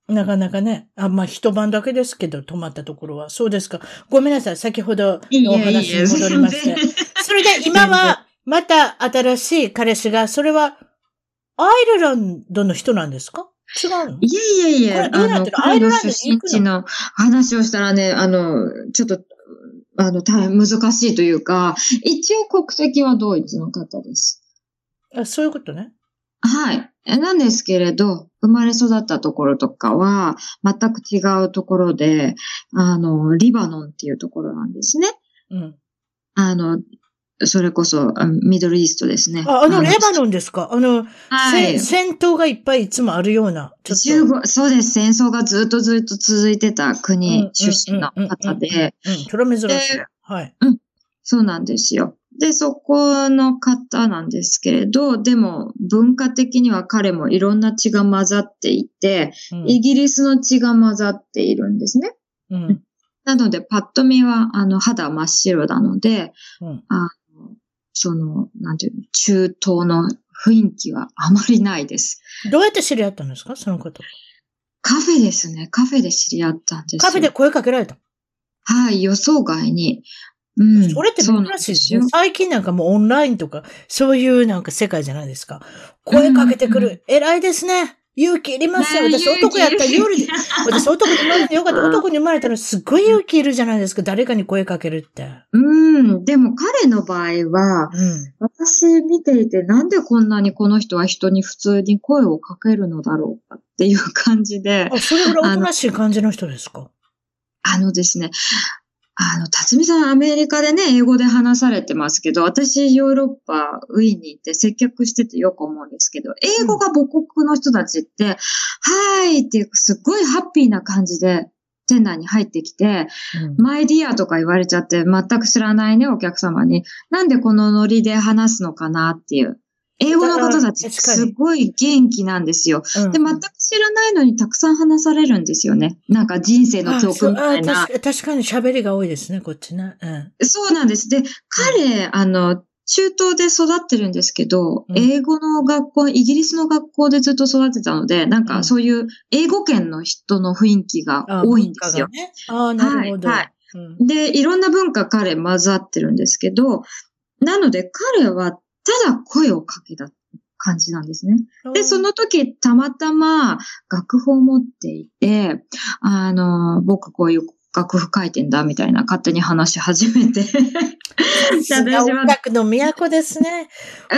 A: なかなかね。あ、まあ、一晩だけですけど、泊まったところは。そうですか。ごめんなさい。先ほどのお話に戻りまして。それで今は、また新しい彼氏が、それは、アイルランドの人なんですか？違うの？
B: いえいえいえ、あの、彼の出身地の話をしたらね、あの、ちょっと、あの、大変難しいというか、一応国籍はドイツの方です。
A: あ、そういうことね。
B: はい。なんですけれど、生まれ育ったところとかは、全く違うところで、あの、リバノンっていうところなんですね。
A: うん。あ
B: の、それこそ、ミドルイーストですね。
A: あ、あの、レバノンですか？あの、はい、戦闘がいっぱいいつもあるような。
B: ちょっとそうです。戦争がずっとずっと続いてた国出身の方で。
A: うん、それは珍しい。はい。
B: うん。そうなんですよ。で、そこの方なんですけれど、でも文化的には彼もいろんな血が混ざっていて、うん、イギリスの血が混ざっているんですね。うん。なので、パッと見は、あの、肌真っ白なので、うん、あその、なんていうの、中東の雰囲気はあまりないです。
A: どうやって知り合ったんですか、その方？
B: カフェですね。カフェで知り合ったんですよ。
A: カフェで声かけられた？
B: はい、予想外に。
A: うん。それって珍しいですね。最近なんかもうオンラインとか、そういうなんか世界じゃないですか。声かけてくる。うんうん、偉いですね。勇気いりますよ。私男やったら有利で、私男に生まれてよかった。男に生まれたらすっごい勇気いるじゃないですか。誰かに声かけるって。
B: うん。でも彼の場合は、うん、私見ていてなんでこんなにこの人は人に普通に声をかけるのだろうかっていう感じで。
A: あ、それぐらいおとなしい感じの人ですか？
B: あのですね。あの、辰巳さんアメリカでね、英語で話されてますけど、私ヨーロッパ、ウィーンに行って接客しててよく思うんですけど、英語が母国の人たちって、うん、はーいっていうすっごいハッピーな感じで店内に入ってきて、うん、マイディアとか言われちゃって全く知らないね、お客様に。なんでこのノリで話すのかなっていう。英語の方たちすごい元気なんですよ。うん、で、全く知らないのにたくさん話されるんですよね。なんか人生の教訓みたいな。
A: 確かに喋りが多いですね、こっちね。うん、
B: そうなんです。で、彼、うん、あの、中東で育ってるんですけど、うん、英語の学校、イギリスの学校でずっと育ってたので、なんかそういう英語圏の人の雰囲気が多いんですよ。
A: あ、ね、あ、なるほど。
B: はい。はいうん、で、いろんな文化彼混ざってるんですけど、なので彼はただ声をかけた感じなんですね。で、その時、たまたま楽譜を持っていて、あの、僕こういう楽譜書いてんだ、みたいな勝手に話し始めて。
A: 音楽の都ですね。うん、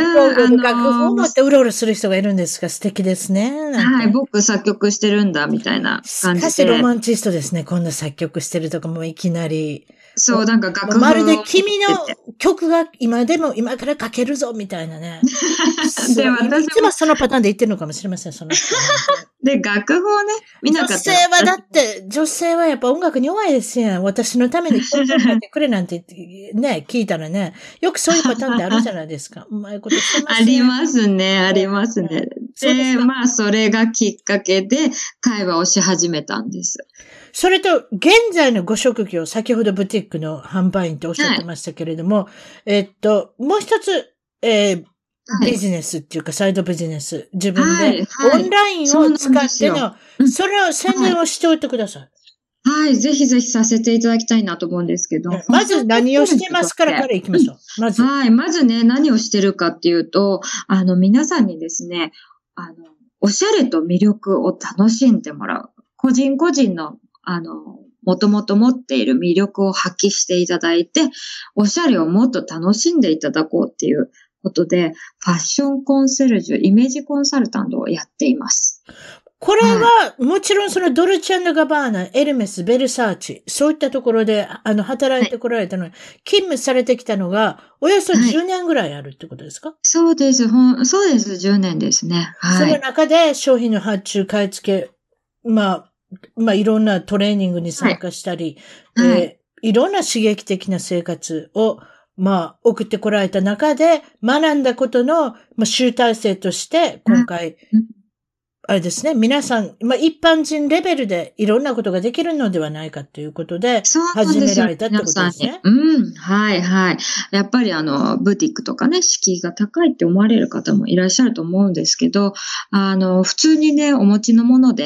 A: 楽譜を持ってうろうろする人がいるんですが、素敵ですね。
B: はい、僕作曲してるんだ、みたいな感じで。
A: しかしロマンチストですね。こんな作曲してるとかもいきなり。
B: そう、なんか楽譜を。
A: まるで君の曲が今でも今から書けるぞ、みたいなね。で、私いつもそのパターンで言ってるのかもしれません、その人。
B: で、楽譜をね、見なかった。
A: 女性はだって、女性はやっぱ音楽に弱いですよ。私のために曲を書いてくれなんてね、聞いたらね、よくそういうパターンってあるじゃないですか。うまいことしてます
B: ね。ありますね、ありますね。で、まあ、それがきっかけで会話をし始めたんです。
A: それと、現在のご職業、先ほどブティックの販売員っておっしゃってましたけれども、はい、えっと、もう一つ、えーはい、ビジネスっていうか、サイドビジネス、自分で、オンラインを使っての、はい、それを宣伝をしておいてください。
B: はい、ぜひぜひさせていただきたいなと思うんですけど。
A: まず何をしてますからから行きましょう。まず。
B: はい、まずね、何をしてるかっていうと、あの、皆さんにですね、あの、おしゃれと魅力を楽しんでもらう。個人個人のあの、もともと持っている魅力を発揮していただいて、おしゃれをもっと楽しんでいただこうっていうことで、ファッションコンセルジュ、イメージコンサルタントをやっています。
A: これは、はい、もちろんそのドルチェ&ガバーナ、エルメス、ベルサーチ、そういったところで、あの、働いてこられたのに、はい、勤務されてきたのが、およそじゅうねんぐらいあるってことですか？はい、
B: そうです。ほん、そうです。じゅうねんですね。はい。
A: その中で商品の発注、買い付け、まあ、まあ、いろんなトレーニングに参加したり、はいはいえー、いろんな刺激的な生活を、まあ、送ってこられた中で、学んだことの、まあ、集大成として、今回、うん、あれですね、皆さん、まあ、一般人レベルでいろんなことができるのではないかということで、始められたってことですね。
B: うん、はい、はい。やっぱりあの、ブティックとかね、敷居が高いって思われる方もいらっしゃると思うんですけど、あの、普通にね、お持ちのもので、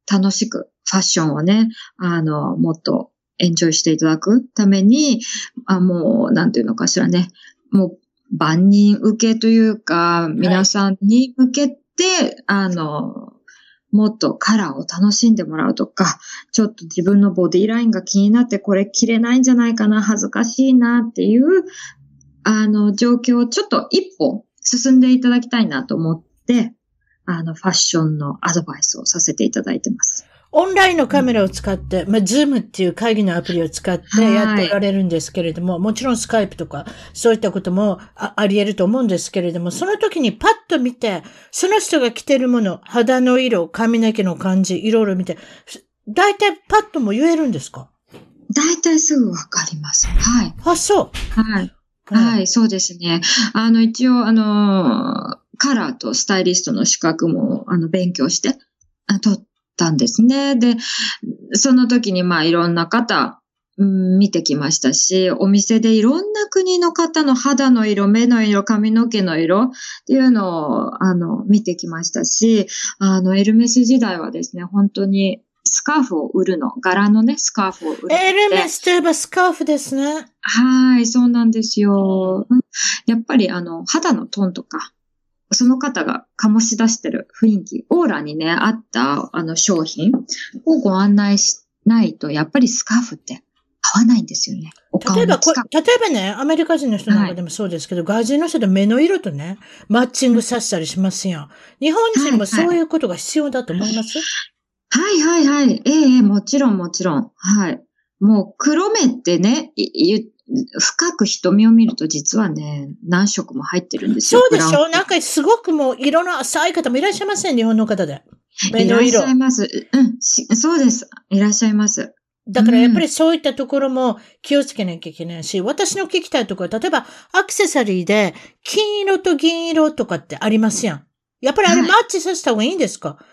B: 楽しくファッションをね、あの、もっとエンジョイしていただくために、あ、もう、なんていうのかしらね、もう、万人受けというか、皆さんに向けて、はい、あの、もっとカラーを楽しんでもらうとか、ちょっと自分のボディラインが気になってこれ着れないんじゃないかな、恥ずかしいなっていう、あの、状況をちょっと一歩進んでいただきたいなと思って、あの、ファッションのアドバイスをさせていただいてます。
A: オンラインのカメラを使って、まあ、ズームっていう会議のアプリを使ってやっておられるんですけれども、はい、もちろんスカイプとか、そういったことも あ, あり得ると思うんですけれども、その時にパッと見て、その人が着てるもの、肌の色、髪の毛の感じ、いろいろ見て、だいたいパッとも言えるんですか？
B: だいたいすぐわかります。はい。
A: あ、そう。
B: はい。はい、そうですね。あの、一応、あの、カラーとスタイリストの資格も、あの、勉強して、取ったんですね。で、その時に、まあ、いろんな方、うん、見てきましたし、お店でいろんな国の方の肌の色、目の色、髪の毛の色っていうのを、あの、見てきましたし、あの、エルメス時代はですね、本当に、スカーフを売るの。柄のね、スカーフを売るの。
A: エルメスといえばスカーフですね。
B: はい、そうなんですよ。やっぱりあの、肌のトーンとか、その方が醸し出してる雰囲気、オーラにね、合ったあの商品をご案内しないと、やっぱりスカーフって合わないんですよね。
A: 例えばこ、例えばね、アメリカ人の人なんかでもそうですけど、はい、外人の人で目の色とね、マッチングさせたりしますやん。日本人もそういうことが必要だと思います？
B: はいはいはい。ええ、もちろんもちろん。はい。もう黒目ってね、深く瞳を見ると実はね、何色も入ってるんですよ。
A: そうでしょ？なんかすごくもう色の浅い方もいらっしゃいません？日本の方で。目の色。
B: いらっしゃいます。うん、そうです。いらっしゃいます。
A: だからやっぱりそういったところも気をつけなきゃいけないし、うん、私の聞きたいところは、例えばアクセサリーで金色と銀色とかってありますやん。やっぱりあれマッチさせた方がいいんですか？はい、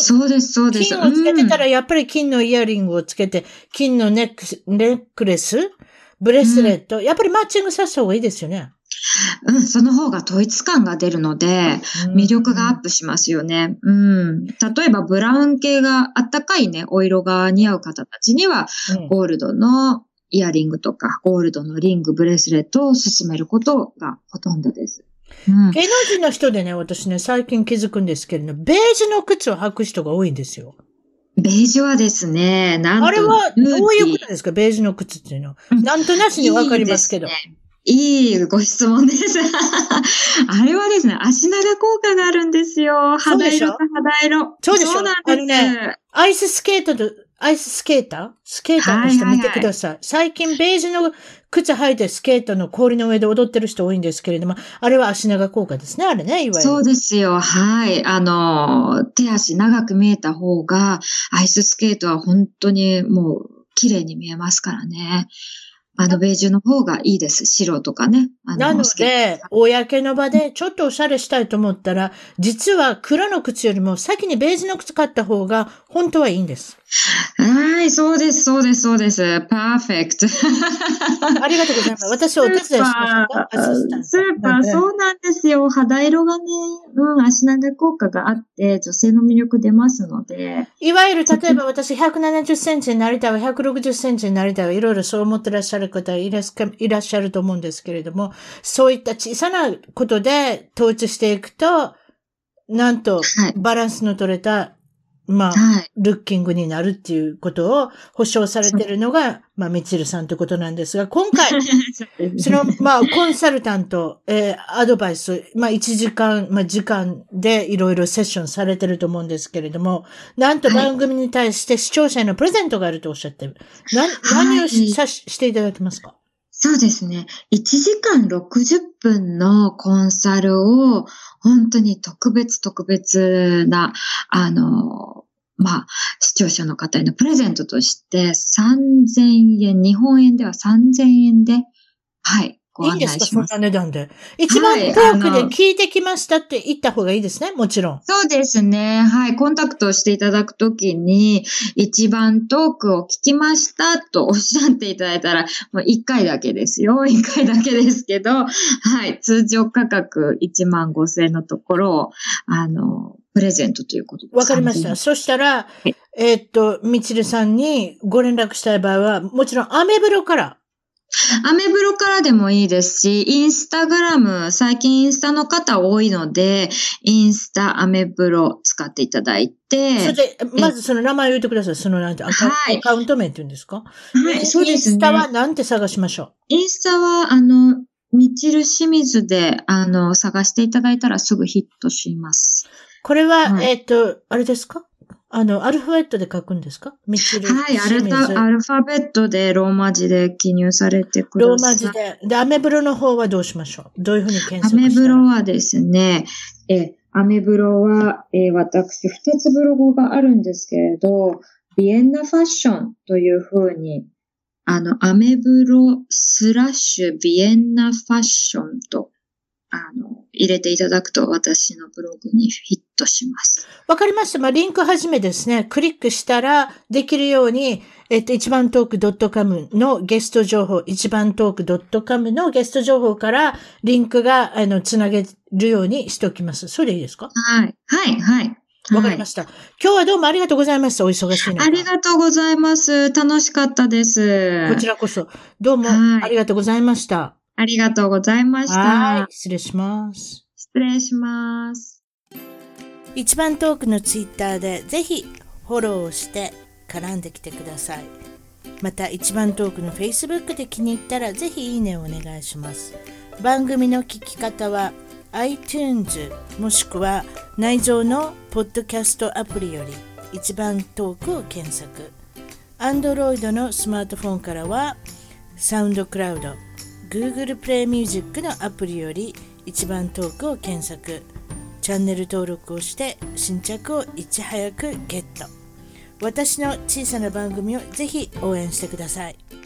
B: そうです、そうです。
A: 金をつけてたら、やっぱり金のイヤリングをつけて、金のネック、ネックレス、ブレスレット、うん、やっぱりマッチングさせた方がいいですよね。
B: うん、その方が統一感が出るので、魅力がアップしますよね。うん。例えば、ブラウン系があったかいね、お色が似合う方たちには、うん、ゴールドのイヤリングとか、ゴールドのリング、ブレスレットを勧めることがほとんどです。
A: うん、芸能人の人でね、私ね、最近気づくんですけれども、ベージュの靴を履く人が多いんですよ。
B: ベージュはですね、なんと。
A: あれはどういうことですか、ベージュの靴っていうのは。うん、なんとなしにわかりますけど。
B: いいですね。いいご質問です。あれはですね、足長効果があるんですよ。肌色と肌色。
A: そうでしょ？
B: そうなんです。
A: あのね、アイススケートと、アイススケータースケーターの人見てください。はいはいはい、最近ベージュの靴履いてスケートの氷の上で踊ってる人多いんですけれども、あれは足長効果ですね、あれね、いわゆる。
B: そうですよ。はい。あの、手足長く見えた方が、アイススケートは本当にもう綺麗に見えますからね。あの、ベージュの方がいいです。白とかね。あの
A: なので、公の場でちょっとおしゃれしたいと思ったら、実は黒の靴よりも先にベージュの靴買った方が本当はいいんです。
B: はい、そうです、そうです、そうです。パーフェクト。
A: ありがとうございます。私お手伝いしました。
B: スーパー、そうなんですよ。肌色がね、うん、足長効果があって、女性の魅力出ますので。
A: いわゆる、例えば私ひゃくななじゅっセンチになりたいわ、ひゃくろくじゅっセンチになりたいわ、いろいろそう思ってらっしゃる方いらっしゃると思うんですけれども、そういった小さなことで統一していくと、なんと、バランスの取れた、まあ、はい、ルッキングになるっていうことを保証されているのが、まあ、みちるさんということなんですが、今回、その、まあ、コンサルタント、えー、アドバイス、まあ、いちじかん、まあ、時間でいろいろセッションされてると思うんですけれども、なんと番組に対して視聴者へのプレゼントがあるとおっしゃってる。な、何をし、はい、していただけますか？
B: そうですね。いちじかんろくじゅっぷんのコンサルを、本当に特別特別な、あの、まあ、視聴者の方へのプレゼントとして、さんぜんえん、日本円ではさんぜんえんで、はい、ご案内します。いいんですか、
A: そんな値段で。一番遠くで聞いてきましたって言った方がいいですね、もちろん。
B: そうですね。はい。コンタクトをしていただくときに、一番遠くを聞きましたとおっしゃっていただいたら、もう一回だけですよ。一回だけですけど、はい。通常価格いちまんごせんえんのところを、あの、プレゼントということです。
A: わかりました。そしたら、 えーっと、みちるさんにご連絡したい場合は、もちろんアメブロから。
B: アメブロからでもいいですし、インスタグラム、最近インスタの方多いので、インスタ、アメブロ使っていただいて。
A: それで、まずその名前を言ってください。そのなんてアカ、はい、アカウント名って言うんですか？
B: はい、そうですね。
A: インスタはなんて探しましょう？
B: インスタは、あの、みちる清水で、あの、探していただいたらすぐヒットします。
A: これは、はい、えっと、あれですか？あの、アルファベットで書くんですか？みちる清水。
B: はい、アルファ、アルファベットでローマ字で記入されてください。
A: ローマ字で。で、アメブロの方はどうしましょう？どういうふうに検索したら？
B: アメブロはですね、え、アメブロは、えー、私、二つブログがあるんですけれど、ビエンナファッションというふうに、あの、アメブロスラッシュビエンナファッションと、あの、入れていただくと私のブログにヒットします。
A: わかりました。まあ、リンクはじめですね、クリックしたらできるように、えっと、一番トーク .com のゲスト情報、一番トーク .com のゲスト情報からリンクが、あの、つなげるようにしておきます。それでいいですか？
B: はい。はい。はい。
A: わかりました。はい、今日はどうもありがとうございました。お忙しい中。
B: ありがとうございます。楽しかったです。
A: こちらこそ。どうもありがとうございました。はい
B: ありがとうございました。
A: はい。失礼します。
B: 失礼します。
A: 一番トークのツイッターでぜひフォローして絡んできてください。また一番トークの Facebook で気に入ったらぜひいいねをお願いします。番組の聞き方は iTunes もしくは内蔵のポッドキャストアプリより一番トークを検索。Android のスマートフォンからはサウンドクラウドGoogle プレイミュージックのアプリより一番トークを検索。チャンネル登録をして新着をいち早くゲット。私の小さな番組をぜひ応援してください。